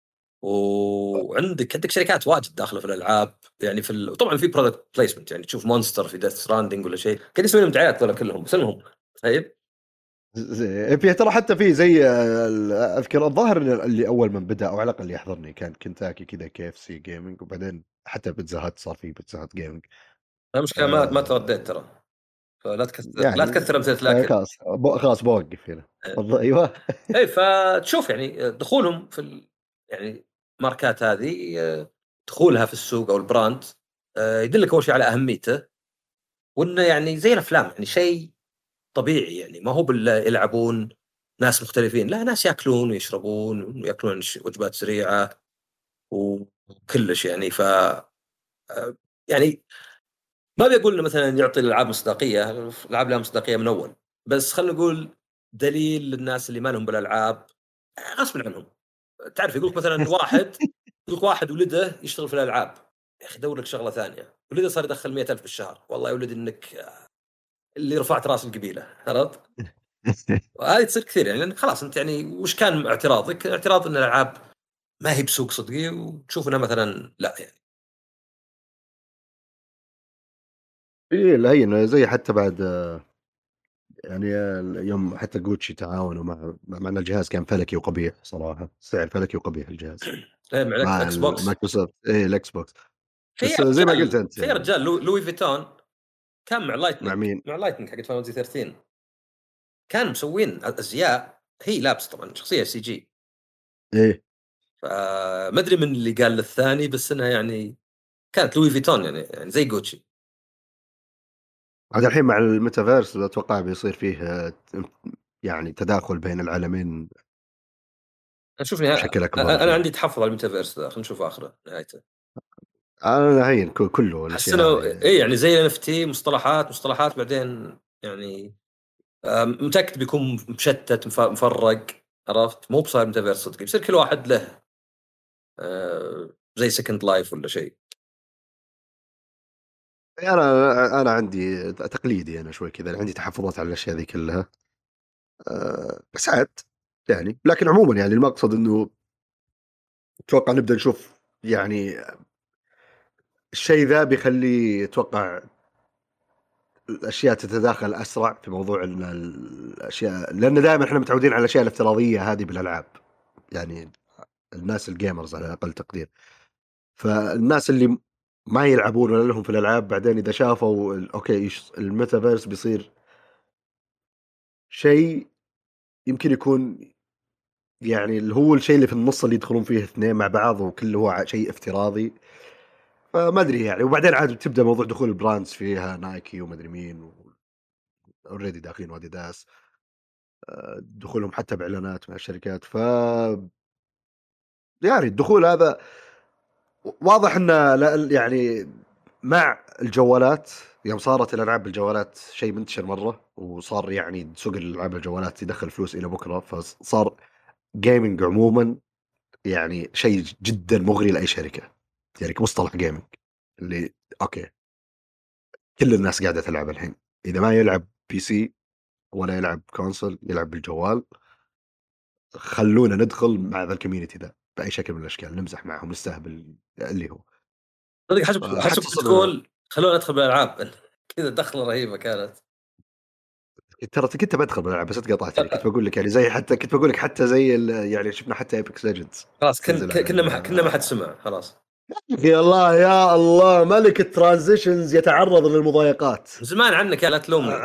S2: وعندك شركات واجد داخله في الالعاب، يعني طبعا في برودكت بليسمنت، يعني تشوف مونستر في ديث ستراندنج ولا شيء قاعد يسوي لهم دعايات ولا كلهم. بس المهم طيب
S1: في ترى حتى في زي اذكر الظاهر اللي اول من بدا، او على الاقل اللي يحضرني، كان كنتاكي كذا، كي اف سي جيمنج، وبعدين حتى بيتزا هات صار في بيتزا هات جيمنج.
S2: المشكله ما ترديت
S1: آه
S2: ترى، فلا تكثر لا
S1: يعني
S2: تكثر امثله الاكل.
S1: خلاص خلاص بوقف هنا. تفضل. ايوه.
S2: اي فتشوف يعني دخولهم في يعني ماركات هذه، دخولها في السوق او البراند، يدلك اول شيء على اهميته، وانه يعني زي الافلام، يعني شيء طبيعي، يعني ما هو يلعبون ناس مختلفين، لا، ناس ياكلون ويشربون وياكلون وجبات سريعه وكلش يعني. ف يعني ما بيقول انه مثلا يعطي الالعاب مصداقيه، الالعاب لها مصداقيه من اول، بس خلينا نقول دليل للناس اللي ما لهم بالالعاب غصب عنهم. تعرف يقول لك مثلا واحد، يقول لك واحد ولده يشتغل في الالعاب، يا اخي دور لك شغله ثانيه، ولده صار يدخل 100,000 بالشهر، والله يا ولدي انك اللي رفعت راس القبيله، عرفت؟ وهذه تصير كثير يعني، لان خلاص انت يعني وش كان اعتراضك؟ اعتراض ان الالعاب ما هي بسوق صدقي، وتشوف انها مثلا لا يعني.
S1: ايه لا، هي إنه زي حتى بعد يعني يوم حتى جوتشي تعاونوا مع ان الجهاز كان فلكي وقبيح صراحه، سعر فلكي وقبيح الجهاز
S2: إيه، مع
S1: مع
S2: اكس بوكس.
S1: المايكروسوفت، ايه الاكس بوكس.
S2: في
S1: بس زي ما قلت
S2: رجال
S1: انت
S2: في
S1: يعني.
S2: رجال لوي فيتون كان مع
S1: مع
S2: لايتنينج،
S1: مين؟
S2: حق فانتسي 13، كان مسوين ازياء هي لابس طبعا شخصيه سي جي.
S1: ايه
S2: فما ادري من اللي قال للثاني، بس انها يعني كانت لوي فيتون، يعني زي جوتشي.
S1: عاد الحين مع الميتافيرس اتوقع بيصير فيه يعني تداخل بين العالمين
S2: نشوف نها...
S1: بشكل اكبر
S2: انا
S1: الحين.
S2: عندي تحفظ على الميتافيرس ذا، خلينا نشوف اخره نهايته.
S1: انا هين كله
S2: احس
S1: الاشياء
S2: انه
S1: هذه.
S2: اي يعني زي NFT، مصطلحات بعدين يعني متاكد بيكون مشتت مفرق، عرفت؟ مو بصاير ميتافيرس صدق، بيصير كل واحد له زي سكند لايف ولا شيء.
S1: انا عندي تقليدي، انا شوي كذا عندي تحفظات على الاشياء ذي كلها. بس عاد يعني، لكن عموما يعني المقصد انه اتوقع نبدا نشوف يعني الشيء ذا بيخلي اتوقع الاشياء تتداخل اسرع في موضوع ان الاشياء، لان دائما احنا متعودين على الاشياء الافتراضيه هذه بالالعاب يعني، الناس الجيمرز على اقل تقدير. فالناس اللي ما يلعبون ولا لهم في الالعاب، بعدين اذا شافوا اوكي الميتافيرس بيصير شيء يمكن يكون يعني اللي هو الشيء اللي في النص اللي يدخلون فيه اثنين مع بعض، وكله هو شيء افتراضي. فما ادري يعني، وبعدين عاد تبدا موضوع دخول البراندز فيها، نايكي وما ادري مين اوريدي داخلين واديداس، دخولهم حتى باعلانات مع الشركات. ف يعني الدخول هذا واضح انه يعني مع الجوالات، يوم صارت الالعاب بالجوالات شيء منتشر مره، وصار يعني سوق الالعاب بالجوالات يدخل فلوس الى بكره، فصار جيمنج عموما يعني شيء جدا مغري لاي شركه. يعني كمصطلح جيمنج اللي اوكي كل الناس قاعده تلعب الحين، اذا ما يلعب بي سي ولا يلعب كونسول يلعب بالجوال، خلونا ندخل مع ذا الكوميونتي ذا باي شكل من الاشكال، نمزح معهم نستهبل اللي هو.
S2: صدق حسب
S1: حتى
S2: بتقول خلونا ندخل بالالعاب كذا دخله رهيبه كانت.
S1: ترى كنت بدخل بالالعاب بس انت قطعتني، كنت بقول لك يعني زي حتى كنت بقول لك حتى زي يعني شفنا حتى ايبكس ليجندز
S2: خلاص
S1: تنزل على
S2: كنا ما حد سمع خلاص.
S1: يا الله يا الله، ملك الترانزيشنز يتعرض للمضايقات.
S2: من زمان عنك يا لا تلومني.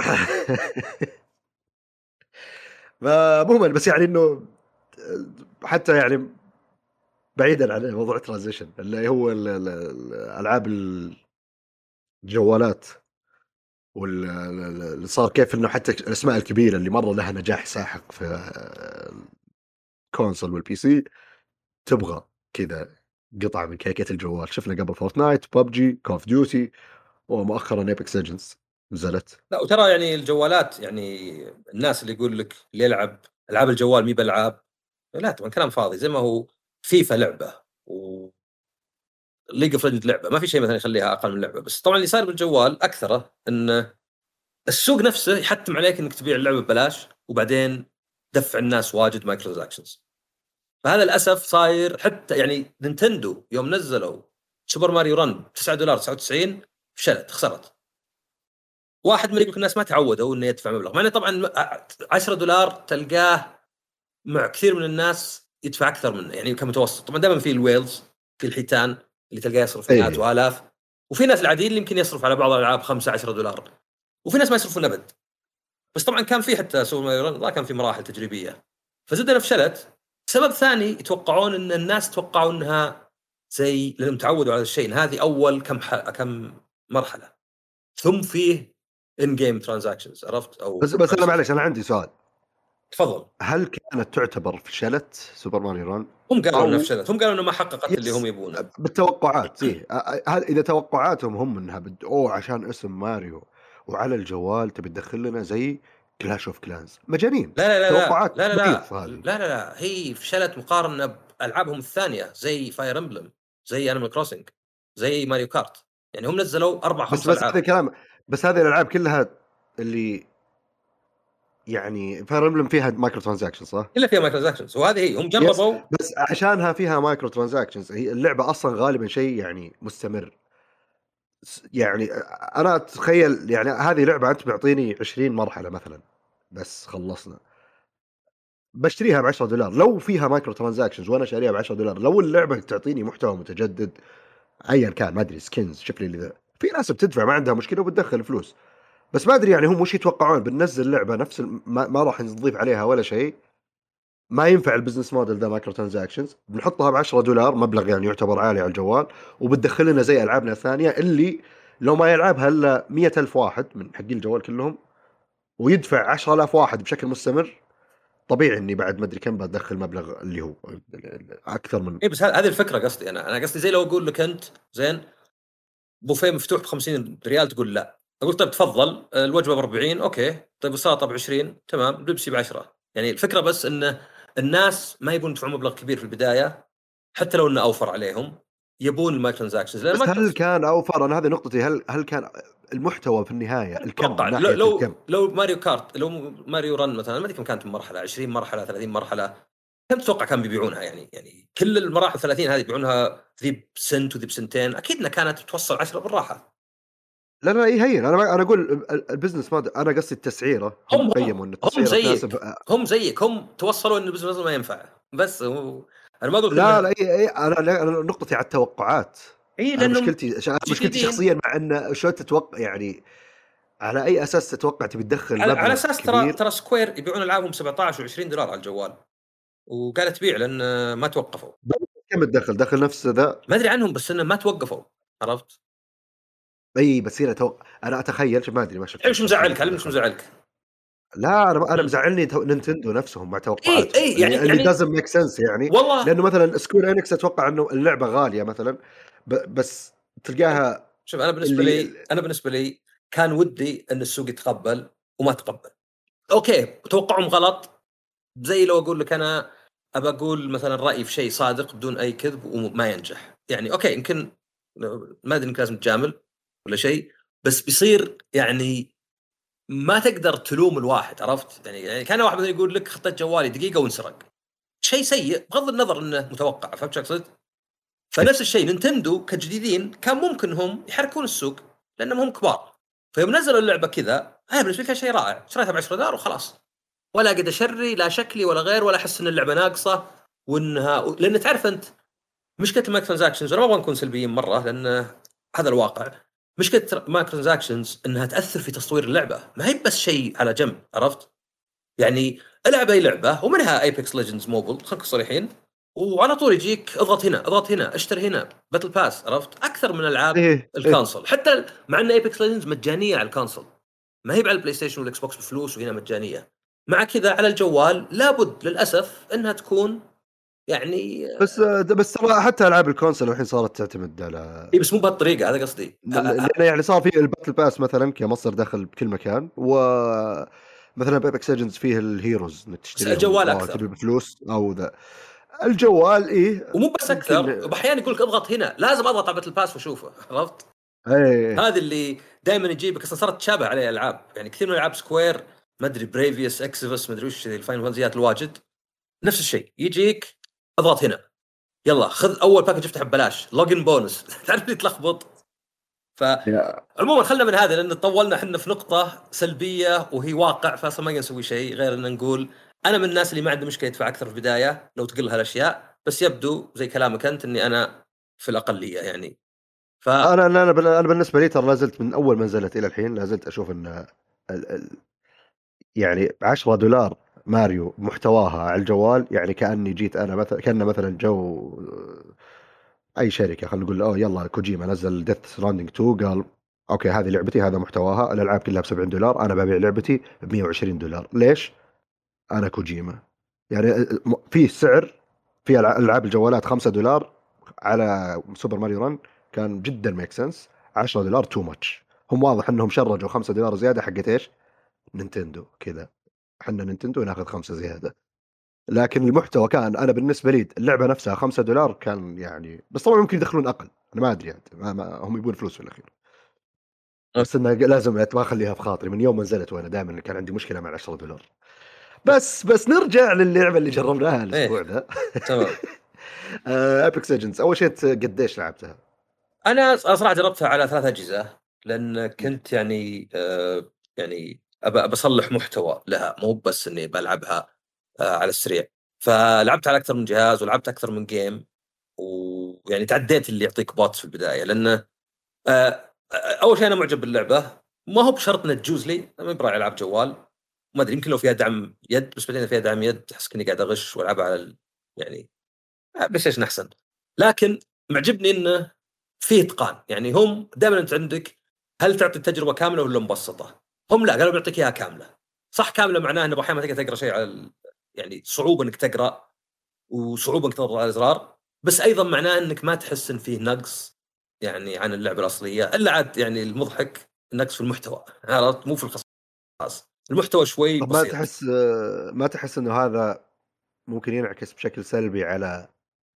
S1: فمهمل بس يعني انه حتى يعني بعيدا عن موضوع الترانزيشن اللي هو الالعاب الجوالات، واللي صار كيف انه حتى الاسماء الكبيره اللي مره لها نجاح ساحق في الكونسول والبي سي تبغى كذا قطعه من كيكه الجوال. شفنا قبل فورتنايت، ببجي، كوف ديوتي، ومؤخرا ايبكس ليجندز نزلت.
S2: لا وترى يعني الجوالات، يعني الناس اللي يقول لك اللي يلعب العاب الجوال مي بالعاب، لا طبعا كلام فاضي. زي ما هو فيفا لعبه وليج اوف ليجند لعبه، ما في شيء مثلا يخليها اقل من لعبه، بس طبعا اللي صار بالجوال اكثره ان السوق نفسه يحتم عليك انك تبيع اللعبه ببلاش، وبعدين دفع الناس واجد مايكرو ترانزاكشنز. فهذا للاسف صاير، حتى يعني نينتندو يوم نزلوا سوبر ماريو رن $9 99 فشلت، خسرت. واحد من يقولك الناس ما تعودوا انه يدفع مبلغ، مع انه طبعا $10 تلقاه مع كثير من الناس يدفع اكثر منه يعني كمتوسط. طبعا دائما في الويلز، في الحيتان اللي تلقاه يصرف مئات والاف، وفي ناس العاديين اللي يمكن يصرف على بعض الالعاب $5-10، وفي ناس ما يصرفون ابد. بس طبعا كان في حتى سوبر ماريو رن كان في مراحل تجريبيه، فزدنا فشلت. سبب ثاني يتوقعون ان الناس توقعوا انها زي لانهم تعودوا على الشيء، هذه اول كم مرحله، ثم فيه ان جيم ترانزاكشنز، عرفت؟ او
S1: بس انا معلش، انا عندي سؤال.
S2: تفضل.
S1: هل كانت تعتبر فشلت سوبر ماريو ران؟
S2: هم قالوا انها فشلت، هم قالوا انه ما حققت اللي هم يبونه
S1: بالتوقعات. هل اذا توقعاتهم هم انها عشان اسم ماريو وعلى الجوال تبي تدخل لنا زي كلاش اوف كلانز، مجانين.
S2: لا
S1: توقعات
S2: لا لا
S1: مريض
S2: لا
S1: هذه.
S2: لا لا لا هي فشلت مقارنه بالعابهم الثانيه زي فاير امبلم، زي انيمال كروسنج، زي ماريو كارت. يعني هم نزلوا 4-5
S1: بس هذا
S2: العاب.
S1: كلام. بس هذه الالعاب كلها اللي يعني فاير امبلم فيها مايكرو ترانزاكشن صح؟
S2: الا فيها مايكرو ترانزاكشنز، وهذه هي هم جربوا.
S1: بس عشانها فيها مايكرو ترانزاكشنز، هي اللعبه اصلا غالبا شيء يعني مستمر. يعني انا اتخيل يعني هذه لعبه انت بيعطيني 20 مرحله مثلا بس خلصنا، بشتريها $10 لو فيها مايكرو ترانزاكشنز، وانا شاريها $10. لو اللعبه تعطيني محتوى متجدد ايا كان، ما ادري سكنز شكلي اللي ذا، في ناس بتدفع ما عندها مشكله وبتدخل فلوس. بس ما ادري يعني هم وش يتوقعون، بننزل لعبه نفس ما راح نضيف عليها ولا شيء، ما ينفع البزنس موديل ذا مايكرو ترانزاكشنز، بنحطها $10 مبلغ يعني يعتبر عالي على الجوال، وبتدخل لنا زي العابنا الثانيه اللي لو ما يلعبها الا 100,000 واحد من حقين الجوال كلهم، ويدفع 10,000 واحد بشكل مستمر، طبيعي اني بعد ما ادري كم بدخل مبلغ اللي هو اكثر من.
S2: اي بس هذه الفكره قصدي، انا قصدي زي لو اقول لك انت زين بوفيه مفتوح ب$50 تقول لا، اقول طيب تفضل الوجبه ب40، اوكي طيب السلطه ب20، تمام البيبسي ب10. يعني الفكره بس انه الناس ما يبون يدفعون مبلغ كبير في البدايه حتى لو انه اوفر عليهم، يبون المايكرو ترانزاكشنز.
S1: بس هل كان اوفر؟ انا هذه نقطتي، هل كان المحتوى في النهايه الكم
S2: اتوقع
S1: من ناحيه الكم؟
S2: لو ماريو كارت، لو ماريو رن مثلا، ما ادري كم كانت مرحله، 20 مرحله 30 مرحله، كم تتوقع كان بيبيعونها؟ يعني كل المراحل 30 هذه يبيعونها ذي بسنت وذي بسنتين، اكيد انها كانت توصل 10 بالراحه.
S1: لا اي هين، انا اقول البزنس موديل، انا قصدي التسعيره، هم قيموا ان
S2: هم
S1: التسعيره تناسب.
S2: زيك هم توصلوا ان البزنس ما ينفع. بس هو انا ما اقول
S1: لا
S2: انها
S1: اي انا نقطتي على التوقعات.
S2: اي
S1: انا
S2: لانهم
S1: مشكلتي
S2: جديدين.
S1: شخصيا مع ان شو تتوقع يعني، على اي اساس تتوقع تبي تدخل
S2: على
S1: مبلغ
S2: اساس
S1: كبير؟
S2: ترى سكوير يبيعون العابهم $17 و$20 على الجوال، وقالت تبيع لان ما توقفوا.
S1: كم دخل نفس ذا؟
S2: ما ادري عنهم بس انه ما توقفوا، عرفت؟
S1: اي بس هنا انا اتخيل، ما ادري ما شفت
S2: مش مزعلك؟ هل مش مزعلك؟
S1: لا انا مزعلني نينتندو نفسهم مع توقعاتهم
S2: اي
S1: اللي doesn't make sense يعني.
S2: والله
S1: لانه مثلا سكوير انكس اتوقع انه اللعبه غاليه مثلا، بس تلقاها
S2: شوف، انا بالنسبه لي كان ودي ان السوق يتقبل وما تقبل. اوكي توقعهم غلط، زي لو اقول لك انا ابى اقول مثلا رايي في شيء صادق بدون اي كذب وما ينجح، يعني اوكي يمكن ما ادري، يمكن لازم تجامل ولا شيء، بس بيصير يعني ما تقدر تلوم الواحد، عرفت؟ يعني كان واحد مثلا يقول لك خطيت جوالي دقيقه وانسرق، شيء سيء بغض النظر انه متوقع، فهمت شو اقصد؟ فنفس الشيء نينتندو كجديدين كان ممكن هم يحركون السوق لانهم هم كبار، فيوم نزلوا اللعبه كذا انا بالنسبه لي كان شيء رائع، شريتها ب$10 وخلاص، ولا قد اشري لا شكلي ولا غير، ولا احس ان اللعبه ناقصه وانها، لان تعرف انت مشكله المايكرو ترانزاكشنز، انا ما ابغى نكون سلبيين مره لان هذا الواقع. مشكله مايكرو ترانزاكشنز انها تاثر في تصوير اللعبه، ما هي بس شيء على جنب، عرفت؟ يعني العب اي لعبه ومنها ايبكس ليجندز موبل، خلينا صريحين، وعلى طول يجيك اضغط هنا اضغط هنا اشتري هنا باتل باس، عرفت؟ اكثر من العاب
S1: إيه.
S2: الكونسول، حتى مع ان ايبكس ليجندز مجانيه على الكونسول، ما هي على البلاي ستيشن والاكس بوكس بفلوس وهنا مجانيه. مع كذا على الجوال لابد للاسف انها تكون يعني
S1: بس ترى حتى العاب الكونسول الحين صارت تعتمد على،
S2: اي بس مو بهالطريقه، هذا قصدي.
S1: لانه يعني صار في الباتل باس مثلا كمصدر دخل بكل مكان، و مثلا بيبكس ليجندز فيه الهيروز انك
S2: بس
S1: تشتريهم
S2: الجوال
S1: سواء تبي
S2: اكثر،
S1: بفلوس او ذا. الجوال ايه
S2: ومو بس
S1: يمكن.
S2: اكثر، واحيانا يقول لك اضغط هنا، لازم اضغط على باتل باس واشوفه، عرفت؟
S1: ايه
S2: هذا اللي دائما يجيبك، اصلا صارت تشابه عليه العاب، يعني كثير من العاب سكوير، ما ادري بريفيوس اكسفس، ما ادري وش الفاينل فانتزيات الواجد، نفس الشيء يجيك اضغط هنا، يلا خذ اول باكج افتح ببلاش لوجن بونس تعرف اللي تلخبط. فعموما خلنا من هذا، لان طولنا احنا في نقطه سلبيه وهي واقع، فاصلا ما نسوي شيء غير ان نقول انا من الناس اللي ما عنده مشكله يدفع اكثر في البدايه لو تقل هالاشياء، بس يبدو زي كلامك انت اني انا في الاقليه يعني.
S1: انا بالنسبه لي ترى لا زلت من اول ما نزلت الى الحين لا زلت اشوف ان يعني $10 ماريو محتواها على الجوال، يعني كاني جيت انا مثلا مثلا جو اي شركه خلينا نقول اوه يلا كوجيما نزل ديث ستراندنج 2 قال اوكي هذه لعبتي، هذا محتواها، الالعاب كلها $70، انا ببيع لعبتي $120. ليش؟ انا كوجيما. يعني في سعر في العاب الجوالات $5 على سوبر ماريو رن كان جدا ميك سنس. $10 تو ماتش. هم واضح انهم شرجوا $5 زياده حقت ايش؟ نينتندو كذا، احنا نينتندو ناخذ 5 زياده. لكن المحتوى كان انا بالنسبه لي اللعبه نفسها $5 كان يعني، بس طبعا ممكن يدخلون اقل، انا ما ادري يعني ما هم يبون فلوس في الاخير. بس انه لازم ما اخليها في خاطري من يوم ما نزلت، وانا دائما كان عندي مشكله مع $10. بس نرجع للعبه اللي جربناها الاسبوع
S2: ايه
S1: ذا.
S2: تمام.
S1: ابيكس ايجنتس اول شيء قديش لعبتها؟
S2: انا صراحه جربتها على 3 اجهزه، لان كنت يعني يعني ابى بصلح محتوى لها، مو بس اني بلعبها على السريع. فلعبت على اكثر من جهاز ولعبت اكثر من جيم، ويعني تعديت اللي يعطيك بوتس في البدايه، لانه اول شيء انا معجب باللعبه. ما هو بشرط انها تجوز لي، انا ما براعي العاب جوال. ما ادري يمكن لو فيها دعم يد، بس بعدين فيها دعم يد احس اني قاعد اغش والعبها على يعني بلاي ستيشن احسن. لكن معجبني انه فيه اتقان، يعني هم دائما انت عندك هل تعطي التجربه كامله ولا مبسطه؟ هم لا، قالوا بيعطيك اياها كامله. صح كامله معناه انه احيانا ما تقدر تقرا شيء على يعني صعوبه انك تقرا وصعوبه انك تضغط على الازرار، بس ايضا معناه انك ما تحس ان فيه نقص يعني عن اللعبه الاصليه، الا عاد يعني المضحك النقص في المحتوى، عرفت؟ مو في الخصائص، المحتوى شوي
S1: طب ما
S2: بسيط.
S1: تحس ما تحس انه هذا ممكن ينعكس بشكل سلبي على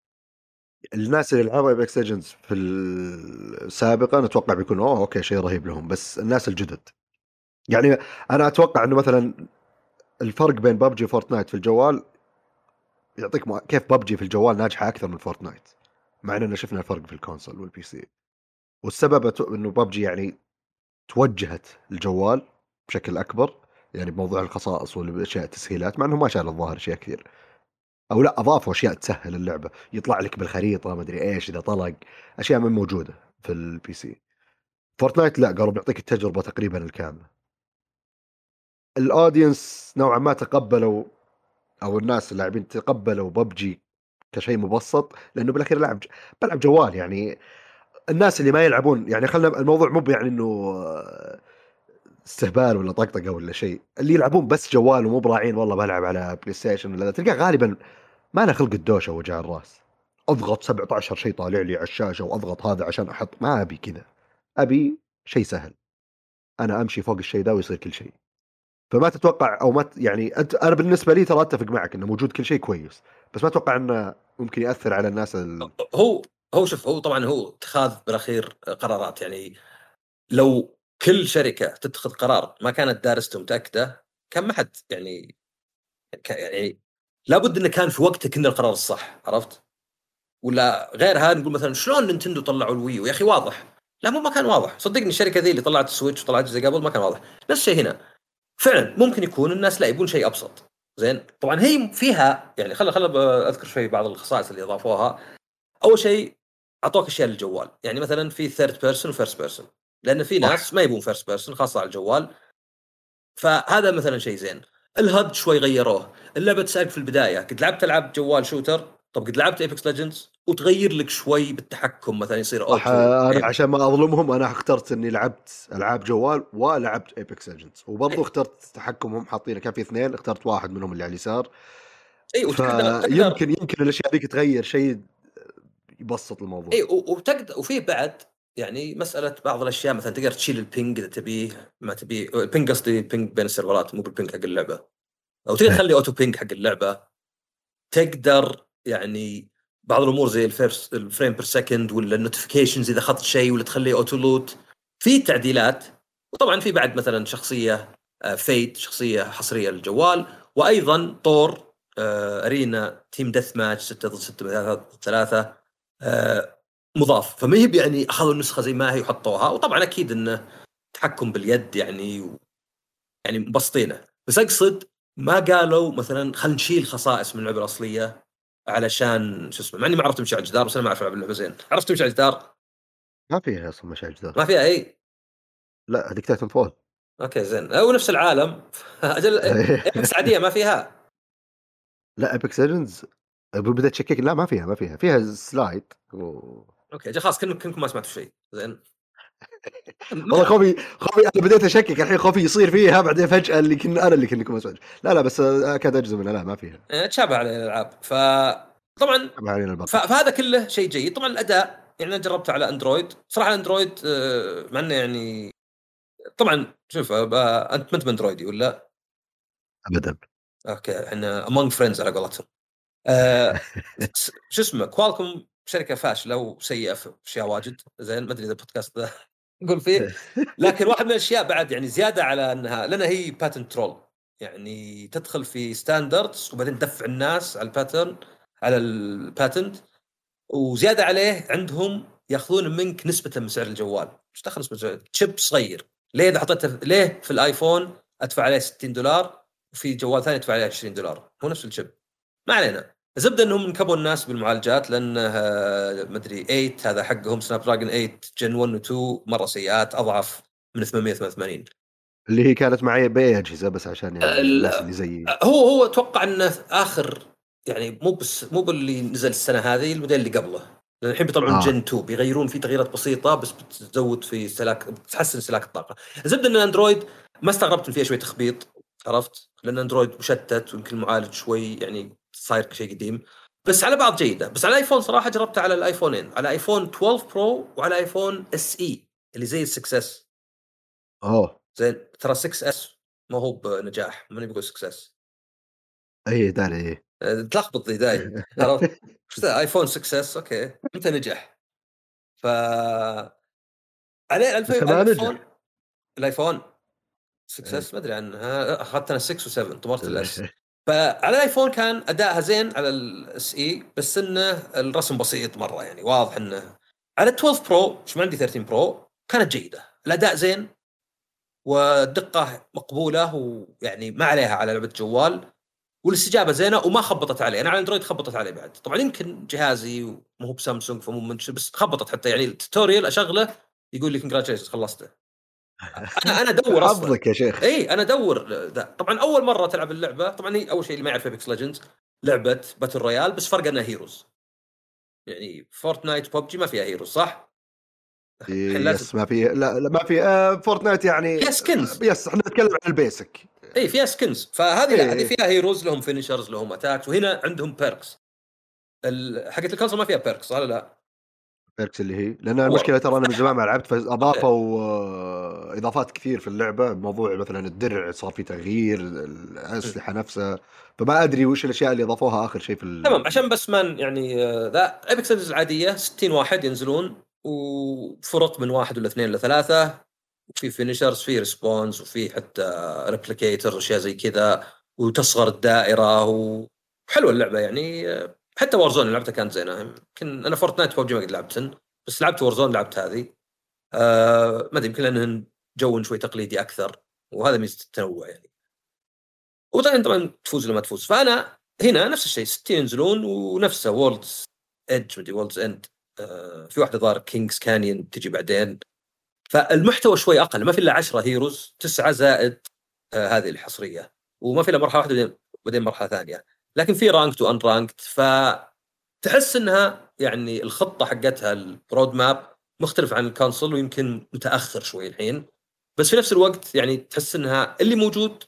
S1: الناس اللي لعبوا ابيكس ايجنتس في السابقة؟ اتوقع بيكون اوكي شيء رهيب لهم، بس الناس الجدد يعني انا اتوقع انه مثلا الفرق بين ببجي وفورتنايت في الجوال يعطيك كيف ببجي في الجوال ناجحة اكثر من فورتنايت، مع اننا شفنا الفرق في الكونسول والبي سي. والسبب انه ببجي يعني توجهت الجوال بشكل اكبر، يعني بموضوع الخصائص والاشياء التسهيلات، مع انه ما شال الظاهر اشياء كثير، او لا اضافوا اشياء تسهل اللعبه، يطلع لك بالخريطه ما ادري ايش اذا طلق، اشياء من موجوده في البي سي. فورتنايت لا، قالوا بيعطيك التجربه تقريبا الكامله. الاودينس نوعا ما تقبلوا، او الناس اللاعبين تقبلوا ببجي كشيء مبسط، لانه بالاخير بلعب جوال يعني. الناس اللي ما يلعبون يعني، خلنا الموضوع مو يعني انه استهبال ولا طقطقه ولا شيء، اللي يلعبون بس جوال ومو براعين والله بلعب على بلاي ستيشن ولا تلقاه غالبا ما له خلق الدوشه ووجع الراس. اضغط 17 شيء طالع لي على الشاشه، واضغط هذا عشان احط، ما ابي كذا، ابي شيء سهل، انا امشي فوق الشيء ذا ويصير كل شيء. فما تتوقع او ما يعني انا بالنسبه لي ترى اتفق معك انه موجود كل شيء كويس، بس ما اتوقع انه ممكن ياثر على الناس
S2: هو هو شوف، هو طبعا هو اتخاذ بالاخير قرارات، يعني لو كل شركه تتخذ قرار ما كانت دارسته ومتاكده كان ما حد يعني يعني لابد انه كان في وقته كنا القرار الصح، عرفت؟ ولا غيرها نقول مثلا شلون نينتندو طلعوا الويو يا اخي واضح. لا مو ما كان واضح، صدقني الشركه ذي اللي طلعت السويتش وطلعت زي قبل ما كان واضح. نفس الشيء هنا، فعلا ممكن يكون الناس لا يبون شيء ابسط. زين طبعا هي فيها يعني خل اذكر شوي بعض الخصائص اللي اضافوها. اول شيء اعطوك اشياء للجوال، يعني مثلا في ثيرد بيرسون وفيرست بيرسون، لان في
S1: صح.
S2: ناس ما يبون فيرست بيرسون خاصه على الجوال. فهذا مثلا شيء زين. الهد شوي غيروه. اللعبه تسالك في البدايه قد لعبت العاب جوال شوتر؟ طب قد لعبت ايبكس ليجندز؟ وتغير لك شوي بالتحكم، مثلا يصير
S1: صح،
S2: اوتو
S1: انا
S2: ايم.
S1: عشان ما اظلمهم انا اخترت اني لعبت العاب جوال ولعبت ايبكس ايجنتس، وبرضه اخترت تحكمهم حاطينه، كان في اثنين اخترت واحد منهم اللي على اليسار.
S2: اي وتقدر
S1: فيمكن الاشياء ذيك تغير شيء يبسط الموضوع.
S2: اي وتقدر، وفي بعد يعني مساله بعض الاشياء، مثلا تقدر تشيل البينج اذا تبيه، ما تبيه البينج، قصدي البينج بين السيرفرات مو بالبينج حق اللعبه، او تقدر تخلي اوتو بينج حق اللعبه. تقدر يعني بعض الامور زي الفيرست الفريم بير سكند ولا النوتيفيكيشنز اذا اخذت شيء ولا تخليه اوتو لوت، في تعديلات. وطبعا في بعد مثلا شخصيه فيت، شخصيه حصريه للجوال، وايضا طور ارينا تيم دث ماتش 6 ضد 6 3 ضد 3. مضاف، فما هي يعني اخذوا النسخه زي ما هي وحطوها. وطبعا اكيد انه تحكم باليد يعني يعني مبسطينه، بس اقصد ما قالوا مثلا خلينا نشيل خصائص من اللعبه الاصليه علشان شو اسمه، مع اني ما عرفت امشي على الجدار، بس انا ما اعرف العب اللعبه زين. عرفت امشي على الجدار؟
S1: ما فيها اصلا مشاهد جدار.
S2: ما فيها اي.
S1: لا هذيك تايتن فول.
S2: اوكي زين، هو نفس العالم. اجل ايبكس عاديه ما فيها.
S1: لا ابيك ليجندز بدأت تشكك. لا ما فيها سلايد
S2: اوكي اجل خلاص، كنكم ما سمعتوا شيء زين.
S1: والله خوفي انا بديت اشكك الحين، خوفي يصير فيها بعدين فجأة اللي كنا انا اللي كنكم اسود. لا بس اكاد اجزم انها لا ما فيها.
S2: تشابه على الالعاب. فطبعا
S1: ما علينا البقاء.
S2: فهذا كله شيء جيد. طبعا الاداء يعني انا جربته على اندرويد صراحه. الاندرويد مع انه يعني طبعا شوف انت ما انت باندرويدي ولا؟
S1: ابدا.
S2: اوكي احنا امونج فريندز على قولتهم. آه، شو اسمه، كوالكم شركه فاشله وسيئه في اشياء واجد زين. ما ادري اذا البودكاست ذا نقول فيه، لكن واحد من الاشياء بعد يعني زياده على انها لان هي باتنت ترول، يعني تدخل في ستاندردز وبعدين تدفع الناس على الباترن على الباتنت، وزياده عليه عندهم ياخذون منك نسبه من سعر الجوال. ايش دخل نسبه سعر شيب صغير؟ ليه اذا حطيته ليه في الايفون ادفع عليه $60 وفي جوال ثاني ادفع عليه $20؟ هو نفس الشيب. ما علينا. زبده انهم انكبوا الناس بالمعالجات، لانه مدري 8 هذا حقهم سناب دراجون 8 جن 1 و 2 مره سيئات، اضعف من 888.
S1: اللي هي كانت معي باي اجهزه بس عشان يعني الناس اللي زيي.
S2: هو اتوقع انه اخر يعني مو باللي نزل السنه هذه، الموديل اللي قبله، لان الحين بيطلعون جن 2 بيغيرون فيه تغييرات بسيطه بس بتزود في استهلاك، بتحسن استهلاك الطاقه. الزبده ان الاندرويد ما استغربت ان فيها شويه تخبيط، عرفت، لان اندرويد مشتت ويمكن المعالج شوي يعني صاير شيء قديم، بس على بعض جيده. بس على الايفون صراحه جربته على الايفونين، على ايفون 12 برو وعلى ايفون اس اي اللي زي ال 6 اس.
S1: اوه
S2: زين ترى 6 اس ما هو بنجاح، ماني بقول 6 اس
S1: اي داري ايه.
S2: تلخبط ذي داي، عرفت؟ وش ذا ايفون 6 اس؟ اوكي متى نجح؟ ف عليه
S1: بس ما
S2: الايفون،
S1: نجح.
S2: الايفون 6
S1: ايه.
S2: اس ما ادري عنها، اخذت انا 6 و7 طمرت الاس. فعلى الايفون كان اداءها زين على الاس اي، بس انه الرسم بسيط مره يعني واضح انه. على 12 برو مش ما عندي 13 برو كانت جيده، الاداء زين والدقه مقبوله، ويعني ما عليها على لعبه جوال، والاستجابه زينه وما خبطت عليه. انا على اندرويد خبطت عليه بعد، طبعا يمكن جهازي مو هو بسامسونج فمو منشر، بس خبطت حتى يعني التوتوريال اشغله يقول لي كونجراتيشنز خلصته. انا ادور اصلا.
S1: حظك يا شيخ.
S2: اي انا ادور ذا. طبعا اول مره تلعب اللعبه، طبعا هي اول شيء اللي ما يعرف ايبكس ليجندز لعبه باتل رويال، بس فرق انها هيروز. يعني فورتنايت ببجي ما فيها هيروز صح؟ الحين لازم
S1: يس ما في. لا ما في فورتنايت يعني.
S2: فيها سكنز.
S1: يس احنا نتكلم عن البيسك.
S2: اي فيها سكنز، فهذه لا، هذه
S1: ايه
S2: فيها هيروز لهم فينيشرز لهم اتاكس، وهنا عندهم بيركس. حقت الكونسول ما فيها بيركس صح ولا لا؟
S1: بيركس اللي هي لان
S2: هو
S1: المشكله ترى انا من زمان
S2: فتحها.
S1: ما لعبت، فاضافوا اضافات كثير في اللعبه. موضوع مثلا الدرع صار في تغيير،
S2: مم.
S1: الاسلحه نفسها. فما ادري وش الاشياء اللي اضافوها اخر شيء في
S2: تمام، عشان بس ما يعني ذا ايبك سيلز العاديه 60 واحد ينزلون، وفرق من واحد ولا اثنين ولا ثلاثه، وفي فينيشرز، في ريسبونز، وفي حتى ريبليكيتر واشياء زي كذا، وتصغر الدائره وحلوه اللعبه يعني. حتى وارزون لعبتها كانت زينه. يمكن انا فورتنايت ببجي ما قد لعبتن، بس لعبت وارزون، لعبت هذه. ما ادري يمكن لانهن جو شوي تقليدي اكثر، وهذا ميزه التنوع يعني. وطبعا تفوز ولا ما تفوز. فانا هنا نفس الشيء 60 ينزلون، ونفسه وولدز ايدج مدري وولدز اند، في واحده ظهر كينجز كانيون تجي بعدين. فالمحتوى شوي اقل، ما في الا 10 هيروز، 9 زائد هذه الحصريه، وما في الا مرحله واحده بعدين مرحله ثانيه. لكن في رانكت وان رانكت، فتحس انها يعني الخطه حقتها الرود ماب مختلف عن الكونسول، ويمكن متاخر شوي الحين. بس في نفس الوقت يعني تحس انها اللي موجود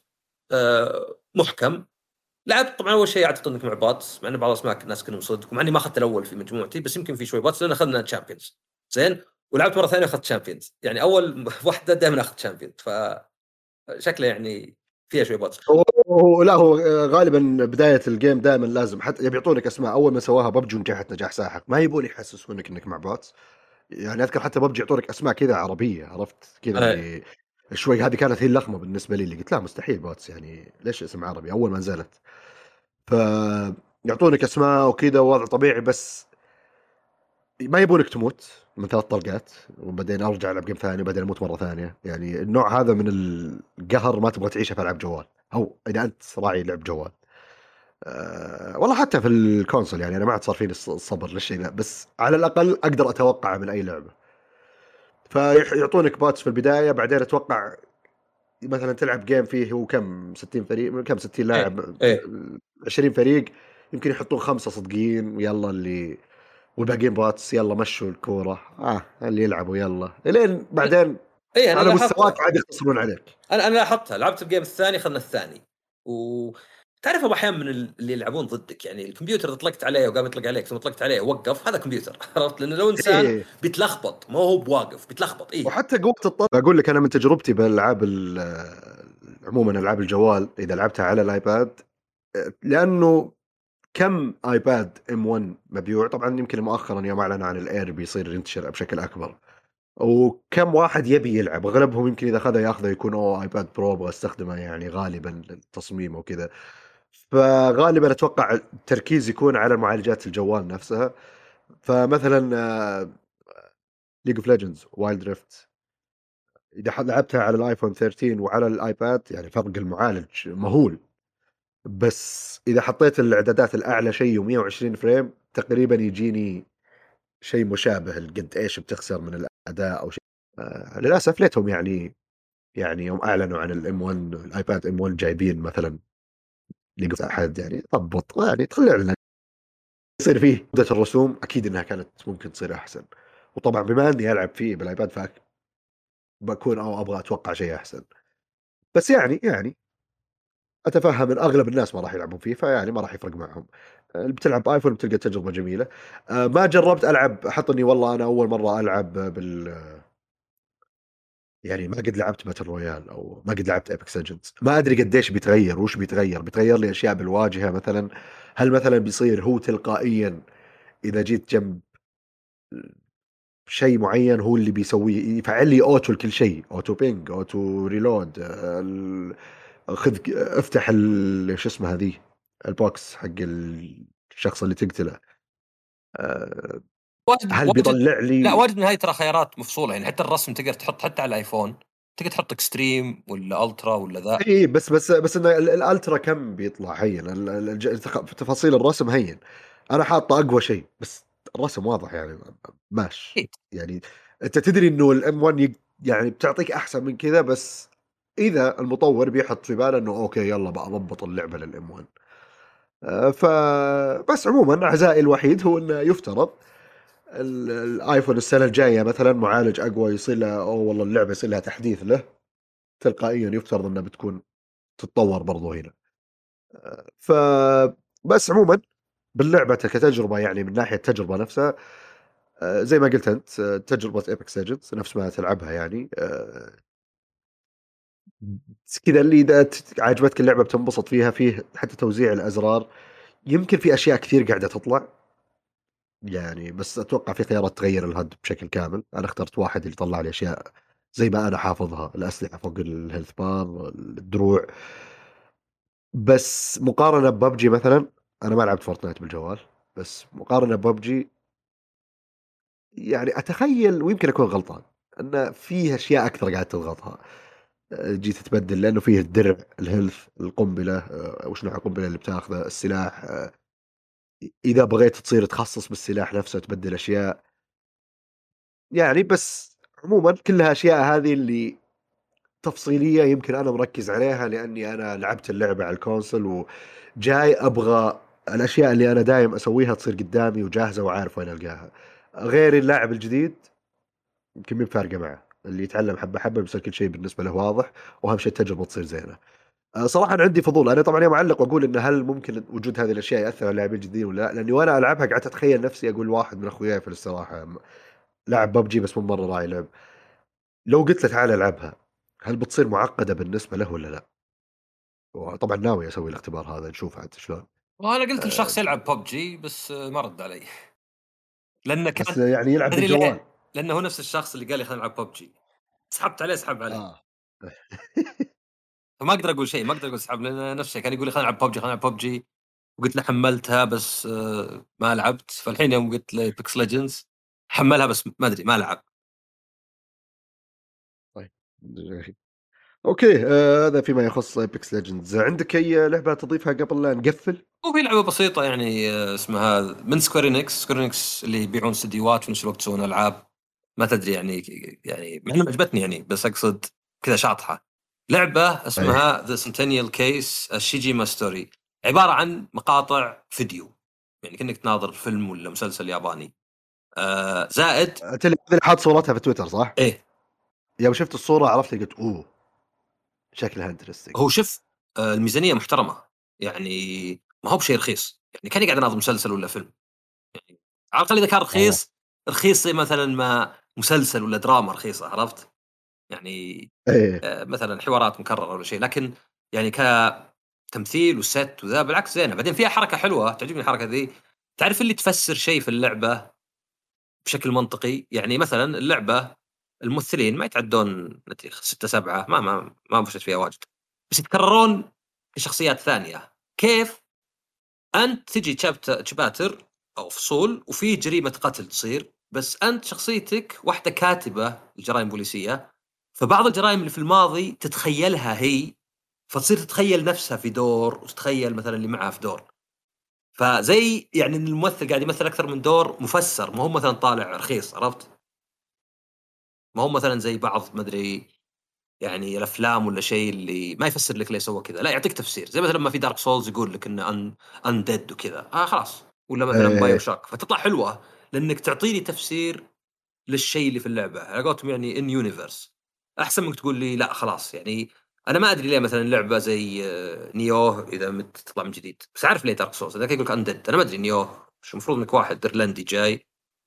S2: محكم. لعبت طبعا اول شيء اعتقد انك مع باتس، مع ان بعض الاسماء الناس كانوا صدق، ومع اني ما اخذت الاول في مجموعتي، بس يمكن في شوي باتس لان اخذنا تشامبيونز زين. ولعبت مره ثانيه اخذت تشامبيونز، يعني اول واحده دائما اخذ تشامبيونز، فشكله يعني فيها شوي باتس.
S1: لا هو غالبا بدايه الجيم دائما لازم حتى يبي يعطونك اسماء. اول ما سواها ببجي ونجحت نجاح ساحق، ما يبون يحسسونك انك مع بوتس. يعني اذكر حتى ببجي يعطونك اسماء كذا عربيه، عرفت كذا
S2: أي.
S1: اللي شوي. هذه كانت هي اللخمه بالنسبه لي، اللي قلت لا مستحيل بوتس يعني ليش اسم عربي اول ما نزلت. ف يعطونك اسماء وكذا ووضع طبيعي، بس ما يبونك تموت من 3 طلقات وبعدين ارجع العب جيم ثاني وبعدين اموت مره ثانيه، يعني النوع هذا من القهر ما تبغى تعيشه في العاب جوال، او اذا انت راعي لعب جوال. والله حتى في الكونسول يعني انا ما عاد صار فيني الصبر للشيء ذا، بس على الاقل اقدر اتوقع من اي لعبه. فيعطونك باتس في البدايه، بعدين اتوقع مثلا تلعب جيم فيه هو كم 60 فريق، كم 60
S2: ايه
S1: لاعب،
S2: ايه
S1: 20 فريق، يمكن يحطون 5 صدقين ويلا اللي والباقيين باتس، يلا مشوا الكوره اللي يلعبوا يلا الين بعدين
S2: ايه انا
S1: على مستواك
S2: لاحظتها.
S1: عاد يختصرون عليك.
S2: انا لاحظتها، لعبت الجيم الثاني خلنا الثاني. وتعرف ابو احيان من اللي يلعبون ضدك، يعني الكمبيوتر اذا طلقت عليه وقام يطلق عليك ثم طلقت عليه وقف، هذا كمبيوتر عرفت؟ لانه لو انسان
S1: ايه
S2: بيتلخبط، ما هو بواقف بيتلخبط. ايه
S1: وحتى قوة الطلب، بقول لك انا من تجربتي بالالعاب عموما العاب الجوال اذا لعبتها على الايباد، لانه كم ايباد ام 1 مبيوع، طبعا يمكن مؤخرا يوم اعلنوا عن الاير بيصير ينتشر بشكل اكبر، وكم واحد يبي يلعب، اغلبهم يمكن اذا اخذه ياخذه يكون ايباد برو ابغى استخدمه يعني غالبا للتصميم وكذا، فغالبا اتوقع التركيز يكون على معالجات الجوال نفسها. فمثلا ليج اوف ليجندز وايلد دريفت اذا لعبتها على الايفون 13 وعلى الايباد يعني فرق المعالج مهول، بس اذا حطيت الاعدادات الاعلى شيء و120 فريم تقريبا يجيني شيء مشابه قد ايش بتخسر من الاداء او شيء. للاسف ليتهم يعني يوم اعلنوا عن الام 1 الايباد ام 1 جايبين مثلا لقوا احد يعني ضبط يعني تطلع لنا يصير فيه جودة الرسوم، اكيد انها كانت ممكن تصير احسن، وطبعا بما اني العب فيه بالايباد بكون او ابغى اتوقع شيء احسن، بس يعني اتفهم ان اغلب الناس ما راح يلعبون فيه، فيعني ما راح يفرق معهم. اللي بتلعب ايفون بتلقى تجربه جميله. ما جربت العب، احط اني والله انا اول مره العب يعني ما قد لعبت باتل رويال او ما قد لعبت ايبك سيجنز، ما ادري قديش بيتغير، وش بيتغير لي اشياء بالواجهه مثلا، هل مثلا بيصير هو تلقائيا اذا جيت جنب شيء معين هو اللي بيسويه يفعل لي اوتو لكل شيء، اوتو بينج، اوتو ريلود، خذ افتح شو اسمه هذه البوكس حق الشخص اللي تقتله، آه،
S2: واجد
S1: هل
S2: واجد.
S1: بيطلع
S2: لا
S1: لي؟
S2: واجد من هاي ترى خيارات مفصوله، يعني حتى الرسم تقدر تحط حتى على الايفون، تقدر تحط اكستريم ولا الترا ولا ذا.
S1: اي بس ان الالترا كم بيطلع هين، تفاصيل الرسم هين، انا حاطه اقوى شيء بس الرسم واضح يعني ماش
S2: اكيد.
S1: يعني. انت تدري انه الام 1 يعني بتعطيك احسن من كذا، بس اذا المطور بيحط في باله انه اوكي يلا بضبط اللعبه للام 1. فبس عموما عزائي الوحيد هو انه يفترض الايفون السنه الجايه مثلا معالج اقوى يصير له، او والله اللعبه يصير لها تحديث له تلقائيا، يفترض انها بتكون تتطور برضو هنا. ف بس عموما باللعبه كتجربه يعني من ناحيه التجربه نفسها، زي ما قلت انت، تجربه ايبك سيجنز نفس ما تلعبها يعني، كذا اللي اذا عجبتك اللعبه بتنبسط فيها، فيه حتى توزيع الازرار، يمكن في اشياء كثير قاعده تطلع يعني، بس اتوقع في خيارات تغير الهد بشكل كامل، انا اخترت واحد اللي طلع لي اشياء زي ما انا حافظها، الاسلحه فوق الهيلث بار، الدروع. بس مقارنه ببجي مثلا، انا ما لعبت فورتنايت بالجوال، بس مقارنه ببجي يعني اتخيل ويمكن اكون غلطان ان فيه اشياء اكثر قاعد تضغطها. جيت تبدل لانه فيه الدرع، الهيلث، القنبله، وش نوع القنبله اللي بتاخذه، السلاح، اذا بغيت تصير تخصص بالسلاح نفسه تبدل اشياء يعني. بس عموما كلها اشياء هذه اللي تفصيليه يمكن انا مركز عليها لاني انا لعبت اللعبه على الكونسل، وجاي ابغى الاشياء اللي انا دايم اسويها تصير قدامي وجاهزه وعارف وين القاها. غير اللاعب الجديد يمكن مين فارقه معه، اللي يتعلم حبه حبه بيصير كل شيء بالنسبه له واضح، واهم شيء التجربه تصير زينه. صراحه أنا عندي فضول، انا طبعا يوم اعلق واقول ان هل ممكن وجود هذه الاشياء ياثر على اللاعبين الجديدين ولا لا، لاني وانا العبها قعدت اتخيل نفسي اقول واحد من اخوياي في الاستراحه لاعب ببجي بس مو مره راعي لعب، لو قلت له تعال العبها هل بتصير معقده بالنسبه له ولا لا؟ وطبعا ناوي اسوي الاختبار هذا نشوف عاد شلون.
S2: وانا قلت
S1: أه
S2: لشخص يلعب ببجي بس ما رد علي. لانه
S1: بس
S2: كان،
S1: يعني يلعب
S2: تدري
S1: بالجوال.
S2: ليه؟ لانه هو نفس الشخص اللي قال لي خلينا نلعب ببجي، سحبت عليه سحب علي.
S1: اه
S2: فما اقدر اقول شيء، ما اقدر اقول سحب، لان نفس الشيء كان يقول لي خلينا نلعب ببجي خلينا نلعب ببجي، وقلت له حملتها بس ما لعبت. فالحين يوم قلت له بيكس ليجندز حملها بس ما ادري ما لعب.
S1: طيب جميل. أوكي، هذا فيما يخص Apex Legends. عندك أي لعبة تضيفها قبل لا نقفل؟
S2: وفي لعبه بسيطه يعني اسمها من سكويرينكس اللي يبيعون استديوهات في نفس الوقت يسوون العاب. ما تدري يعني مع انها عجبتني يعني، بس اقصد كذا شاطحه. لعبه
S1: أي.
S2: اسمها ذا سنتينيال كيس شيجيما ستوري، عباره عن مقاطع فيديو، يعني كأنك تناظر فيلم ولا مسلسل ياباني. زائد
S1: أنت اللي حاط صورتها في تويتر صح؟
S2: ايه.
S1: يوم شفت الصورة عرفت قلت أوه شكلها انترستنج.
S2: هو شوف، الميزانيه محترمه، يعني ما هو بشيء رخيص، يعني كان قاعد اناظر مسلسل ولا فيلم. على الاقل اذا كان
S1: آه.
S2: رخيص، رخيص زي مثلا ما مسلسل ولا دراما رخيصه، عرفت يعني.
S1: إيه.
S2: مثلا حوارات مكرره ولا شيء، لكن يعني كتمثيل وست وذا بالعكس زينه. بعدين فيها حركه حلوه تعجبني الحركه ذي، تعرف اللي تفسر شيء في اللعبه بشكل منطقي. يعني مثلا اللعبه الممثلين ما يتعدون 6 7، ما مشيت فيها واجد، بس يتكررون في شخصيات ثانيه. كيف؟ أنت تجي تشابتر أو فصول وفي جريمة قتل تصير، بس أنت شخصيتك واحدة كاتبة الجرائم البوليسية، فبعض الجرائم اللي في الماضي تتخيلها هي، فتصير تتخيل نفسها في دور، وتتخيل مثلا اللي معها في دور. فزي يعني إن الممثل قاعد يمثل أكثر من دور، مفسر، ما هو مثلا طالع رخيص، عرفت؟ ما هو مثلا زي بعض ما أدري يعني الافلام ولا شيء اللي ما يفسر لك ليه سوى كذا، لا يعطيك تفسير. زي مثلا ما في دارك سولز يقول لك انه ان ديد وكذا، خلاص. ولا مثلا بايو
S1: إيه.
S2: شاك، فتطلع حلوه لانك تعطيني تفسير للشيء اللي في اللعبه على قولتهم، يعني ان يونيفرس، احسن منك تقول لي لا خلاص. يعني انا ما ادري ليه مثلا لعبه زي نيوه اذا مت تطلع من جديد، بس عارف ليه دارك سولز ذاك يقول لك ان ديد. انا ما ادري نيوه مش المفروض انك واحد ايرلندي جاي،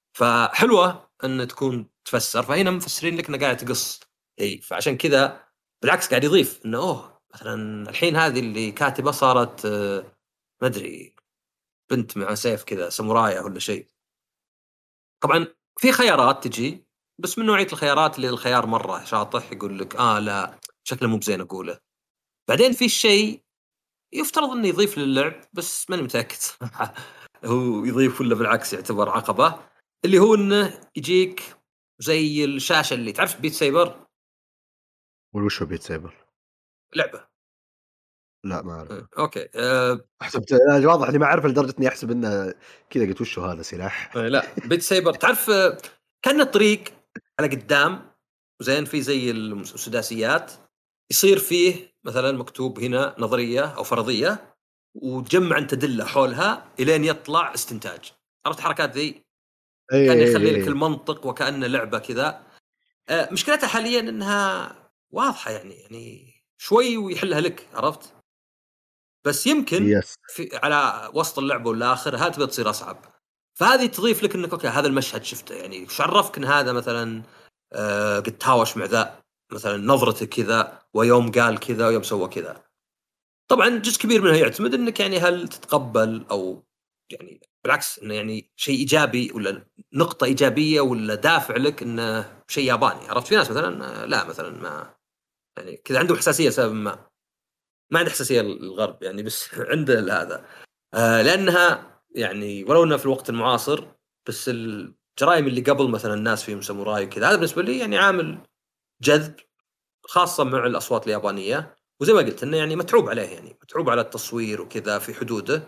S2: فحلوه ان تكون تفسر. فهنا مفسرين لك انه قاعد تقص. اي فعشان كذا بالعكس قاعد يضيف انه مثلا الحين هذه اللي كاتبه صارت ما ادري بنت مع سيف كذا سامورايا ولا شيء. طبعا في خيارات تجي، بس من نوعيه الخيارات اللي الخيار مره شاطح يقول لك لا شكله مو بزين اقوله. بعدين في شيء يفترض انه يضيف للعب، بس ماني متاكد صراحه هو يضيف ولا بالعكس يعتبر عقبه، اللي هو انه يجيك زي الشاشه اللي تعرف بيت سايبر
S1: وش هو بيت سايبر؟
S2: لعبه.
S1: لا ما أعرف.
S2: اوكي
S1: حسبت واضح إني ما أعرف لدرجة إني أحسب إنه كذا قلت وش هو هذا سلاح؟
S2: لا بيت سايبر تعرف كان الطريق على قدام، زين في زي السداسيات، يصير فيه مثلا مكتوب هنا نظريه او فرضيه، وتجمع انت ادله حولها الين يطلع استنتاج. عرفت الحركات ذي؟ كان
S1: إيه
S2: يخلي
S1: إيه
S2: لك
S1: إيه.
S2: المنطق وكأنه لعبه كذا. مشكلتها حاليا انها واضحه، يعني شوي ويحلها لك، عرفت؟ بس يمكن
S1: يس.
S2: على وسط اللعبه والاخر هذا تبي تصير اصعب. فهذه تضيف لك انك اوكي هذا المشهد شفته، يعني وش عرفك ان هذا مثلا قد تهاوش مع ذا، مثلا نظرته كذا ويوم قال كذا ويوم سوى كذا. طبعا جزء كبير منها يعتمد انك يعني هل تتقبل او يعني بالعكس انه يعني شيء ايجابي ولا نقطه ايجابيه ولا دافع لك انه شيء ياباني. عرفت في ناس مثلا لا مثلا ما يعني كذا عنده حساسيه لسبب ما عنده حساسيه للغرب يعني، بس عنده هذا لانها يعني ولو انها في الوقت المعاصر، بس الجرائم اللي قبل مثلا الناس فيهم ساموراي وكذا، هذا بالنسبه لي يعني عامل جذب، خاصه مع الاصوات اليابانيه. وزي ما قلت انه يعني متعوب عليه، يعني متعوب على التصوير وكذا في حدوده،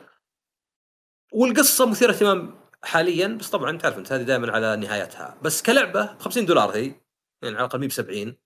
S2: والقصه مثيره اهتمام حاليا. بس طبعا تعرف انت هذه دائما على نهايتها. بس كلعبه ب $50 هي، يعني على الاقل مي ب 70.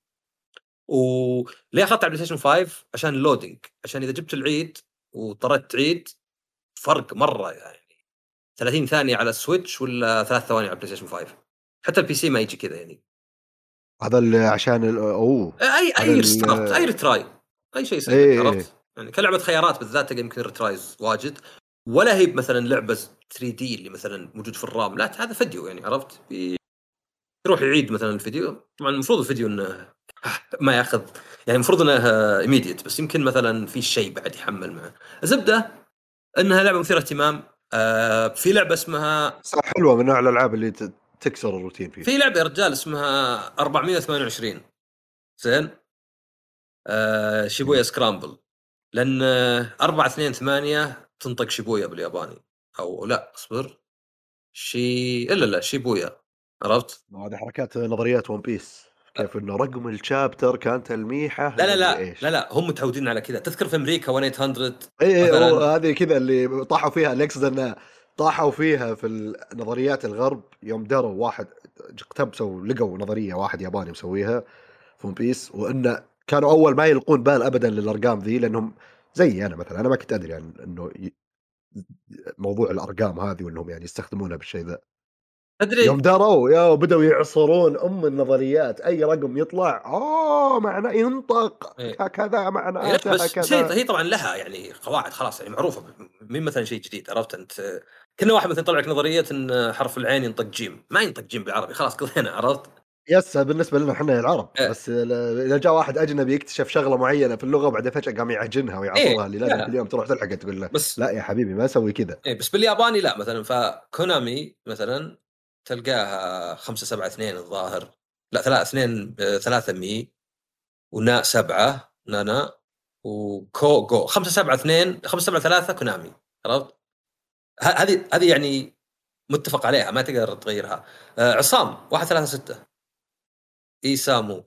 S2: وليه اخذت على بلاي ستيشن 5؟ عشان اللودينج، عشان اذا جبت العيد واضطريت تعيد فرق مره يعني 30 ثانيه على السويتش ولا 3 ثواني على البلاي ستيشن 5. حتى البي سي ما يجي كذا يعني.
S1: هذا عشان أوه. هذا
S2: اي ريستارت، اي ريتراي، اي شيء يصير لك،
S1: إيه إيه.
S2: عرفت يعني كلعبه خيارات بالذات تلقى يمكن ريترايز واجد. ولا هي مثلا لعبه 3 دي اللي مثلا موجود في الرام، لا هذا فيديو يعني، عرفت يروح يعيد مثلا الفيديو. طبعا المفروض الفيديو انه ما ياخذ، يعني المفروض انه ايميديت، بس يمكن مثلا في شيء بعد يحمل معه. الزبده انها لعبه مثيره اهتمام. في لعبه اسمها،
S1: صح، حلوة من نوع الألعاب اللي تكسر الروتين فيه.
S2: في لعبه يا رجال اسمها 428، زين شيبويا سكرامبل. لان 428 تنطق شيبويا بالياباني، او لا اصبر، الا لا شيبويا. عرفت؟
S1: هذه حركات نظريات ون بيس، كيف انه رقم الشابتر كان تلميحه
S2: لا، لا،
S1: لمدري
S2: لا، لا،
S1: ايش.
S2: لا، هم متعودين على كذا. تذكر في أمريكا 1-800
S1: اي
S2: مثلًا؟
S1: هذه كذا اللي طاحوا فيها، اللي يقصد انه طاحوا فيها في نظريات الغرب يوم دروا واحد، اقتبسوا لقوا نظريه واحد ياباني مسويها في ون بيس، وانه كانوا اول ما يلقون بال ابدا للارقام ذي، لانهم زي انا مثلا انا ما كنت ادري يعني انه موضوع الارقام هذه وانهم يعني يستخدمونها بالشيء ذا.
S2: تدري.
S1: يوم دروا يا بدأوا يعصرون النظريات، أي رقم يطلع معناه ينطق
S2: إيه.
S1: كذا
S2: إيه، لأ،
S1: معناتها
S2: بس هي
S1: كذا.
S2: هي طبعًا لها يعني قواعد خلاص يعني معروفة، مين مثلًا شيء جديد. عرفت أنت؟ كنا واحد مثلًا يطلع لك نظرية إن حرف العين ينطق جيم، ما ينطق جيم بالعربي، خلاص قضينا. عرفت؟
S1: يس بالنسبة لنا احنا العرب،
S2: آآ
S1: بس إذا جاء واحد أجنبي يكتشف شغلة معينة في اللغة وبعدين فجأة قام يعجنها
S2: إيه،
S1: ويعصرها، اللي
S2: لا،
S1: لازم كل
S2: لا،
S1: يوم تروح تلحق تقول له
S2: بس
S1: لا يا حبيبي ما أسوي كذا.
S2: إيه، بس بالياباني لأ، مثلًا فكونامي مثلًا تلقاها 572 الظاهر، لأ 2 3 مي، ونا 7 نانا، جو 572 573 كونامي. عرفت؟ هذه يعني متّفق عليها، ما تقدر تغيّرها. عصام 136 إيسامو.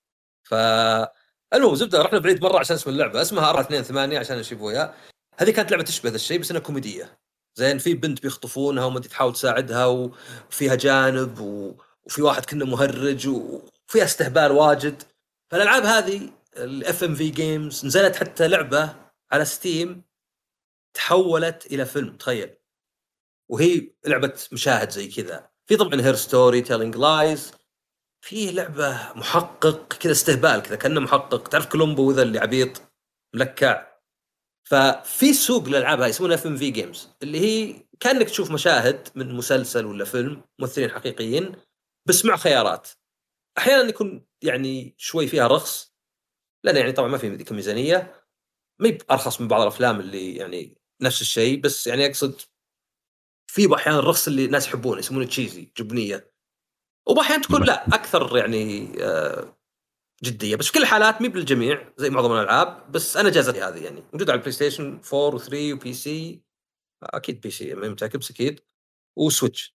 S2: فالمهم زبدة رحنا بعيد مرة عشان اسم اللعبة، اسمها 428 عشان شيبويا. هذه كانت لعبة تشبه ذا الشيء بس إنها كوميدية. زين، في بنت بيخطفونها وما أنت تحاول تساعدها وفيها جانب وفي واحد كنا مهرج وفيها استهبال واجد. فالألعاب هذه الFMV Games نزلت حتى لعبة على ستيم تحولت إلى فيلم، تخيل. وهي لعبة مشاهد زي كذا. في طبعًا هير ستوري تيلينج لايز، في لعبة محقق كذا استهبال كذا كأنه محقق، تعرف كولومبو ذا اللي عبيط ملكع. ففي سوق للألعاب هاي يسمونها FMV Games، اللي هي كأنك تشوف مشاهد من مسلسل ولا فيلم، ممثلين حقيقيين بس مع خيارات. أحيانًا يكون يعني شوي فيها رخص، لأن يعني طبعًا ما في ذيك الميزانية، ما هي بأرخص من بعض الأفلام اللي يعني نفس الشيء، بس يعني أقصد في أحيانًا الرخص اللي الناس يحبونه يسمونه cheesy جبنية، وبأحيان تكون لأ أكثر يعني جدية. بس في كل الحالات مي بالجميع زي معظم الألعاب، بس أنا جازتني هذه يعني موجودة على البلاي ستيشن 4 و3 وبي سي. أكيد بي سي ماني متأكد بس أكيد، وسويتش.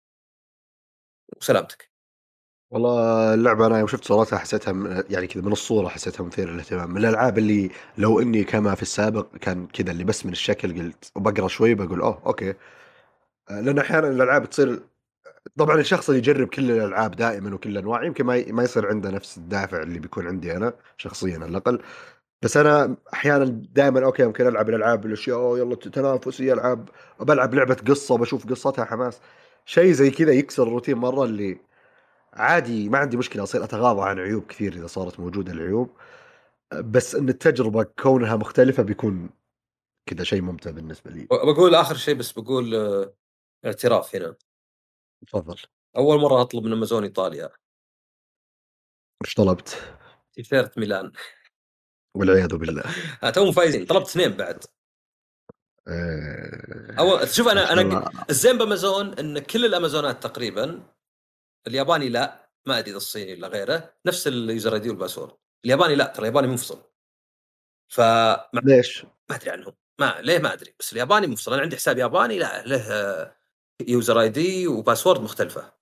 S2: وسلامتك.
S1: والله اللعبة أنا يوم شفت صورتها حسيتها يعني كذا من الصورة حسيتها مثيرة للاهتمام، من الألعاب اللي لو إني كما في السابق كان كذا اللي بس من الشكل قلت وبقرأ شوي بقول أوكي. لأن أحيانا الألعاب تصير، طبعا الشخص اللي يجرب كل الالعاب دائما وكل الانواع يمكن ما يصير عنده نفس الدافع اللي بيكون عندي انا شخصيا على الاقل. بس انا احيانا دائما اوكي ممكن العب الالعاب الاشياء يلا تنافسيه العاب، بلعب لعبه قصه وبشوف قصتها حماس، شيء زي كذا يكسر الروتين مره، اللي عادي ما عندي مشكله اصير اتغاضى عن عيوب كثير اذا صارت موجوده العيوب، بس ان التجربه كونها مختلفه بيكون كذا شيء ممتع بالنسبه لي.
S2: باقول آخر شيء بس باقول اعتراف هنا.
S1: تفضل.
S2: أول مرة أطلب من أمازون إيطاليا
S1: ايش طلبت؟
S2: تيشيرت ميلان.
S1: والعياذ بالله.
S2: توهم فايزين، طلبت 2 بعد. شوف
S1: ان
S2: أنا
S1: شاء
S2: أنا
S1: الله.
S2: الزين بأمازون إن كل الأمازونات تقريبًا، الياباني لأ، ما أدري إذا الصيني والّا غيره، نفس الuser ID والباسورد. الياباني لأ، ترى الياباني منفصل. فما
S1: ليش؟
S2: ما أدري عنهم، ليه ما أدري، بس الياباني منفصل. أنا عندي حساب ياباني لا له user ID وباسورد مختلفة.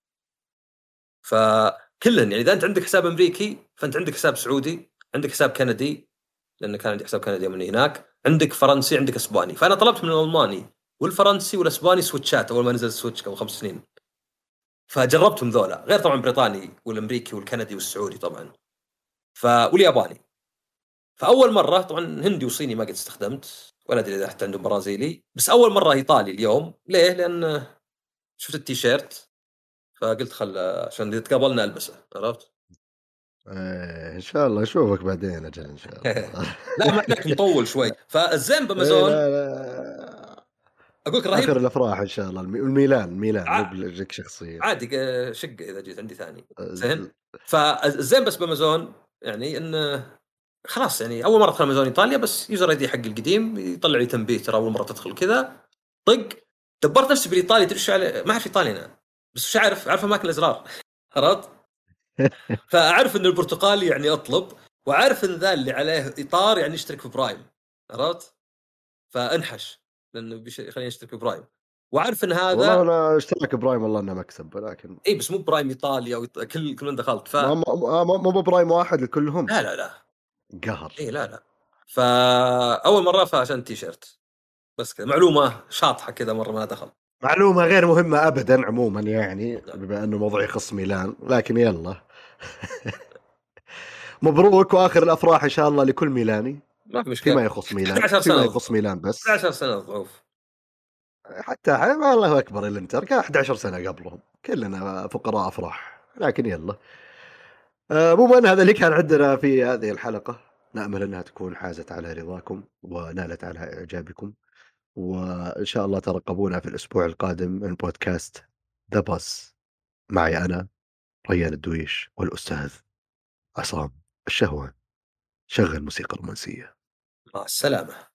S2: فكلًا يعني إذا أنت عندك حساب أمريكي فأنت عندك حساب سعودي، عندك حساب كندي، لأن كان عندي حساب كندي يوم إني هناك، عندك فرنسي، عندك إسباني. فأنا طلبت من الألماني والفرنسي والإسباني سويتشات أول ما نزل السويتش قبل 5 سنين، فجربتهم ذولا، غير طبعًا بريطاني والأمريكي والكندي والسعودي طبعًا. والياباني. فأول مرة طبعًا هندي وصيني ما قد استخدمت، ولا أدري إذا حتى عندهم برازيلي، بس أول مرة إيطالي اليوم. ليه؟ لأن شُفت التيشيرت فقُلت عشان إذا تقابلنا ألبسه. عرفت؟
S1: إن شاء الله أشوفك بعدين أجل إن شاء الله.
S2: لا ما عليك مطوّل شوي. فالزين
S1: إيه
S2: بأمازون
S1: لا لا،
S2: أقول لك
S1: آخر
S2: رهيب.
S1: الأفراح إن شاء الله الميلان مو
S2: ع
S1: بلك شخصيا.
S2: عادي شقة إذا جيت عندي ثاني. زين؟
S1: أز-
S2: فالزين بس بأمازون يعني إنه خلاص يعني أول مرة أدخل أمازون إيطاليا، بس user ID حقي القديم يطلع لي تنبيه ترى أول مرة تدخل كذا. طق، دبرت نفسي بالإيطالي. تدري إيش ما أعرف إيطالي أنا، بس وش أعرف أماكن الأزرار. عرفت؟ فأعرف إن البرتقالي يعني أطلب، وأعرف إن ذا اللي عليه إطار يعني اشترك في برايم. عرفت؟ فانحش لأنه خليني أشترك في برايم. وعارف ان
S1: والله
S2: هذا
S1: انا اشتراك برايم والله انه مكسب، ولكن
S2: اي، بس مو برايم ايطاليا كل من دخلت
S1: مو ببرايم واحد لكلهم.
S2: لا لا لا.
S1: قهر.
S2: اي لا لا. فاول مره فعشان تيشيرت بس كذا، معلومه شاطحه كذا مره ما دخل.
S1: معلومة غير مهمة ابدا عموما، يعني
S2: لا.
S1: بما انه موضوع يخص ميلان، لكن يلا. مبروك واخر الافراح ان شاء الله لكل ميلاني
S2: ما في
S1: فيما
S2: مشكله.
S1: يخص ميلان،
S2: 11
S1: فيما
S2: سنه
S1: يخص
S2: الظروف.
S1: ميلان بس.
S2: 11 سنه الظروف.
S1: حتى الله اكبر الانتر كان 11 سنة قبلهم، كلنا فقراء افراح، لكن يلا. عموما هذا اللي كان عندنا في هذه الحلقة، نأمل أنها تكون حازت على رضاكم ونالت على إعجابكم، وإن شاء الله ترقبونا في الأسبوع القادم من بودكاست ذا باص، معي أنا ريان الدويش والأستاذ عصام الشهوان. شغل موسيقى رومانسية.
S2: مع السلامه.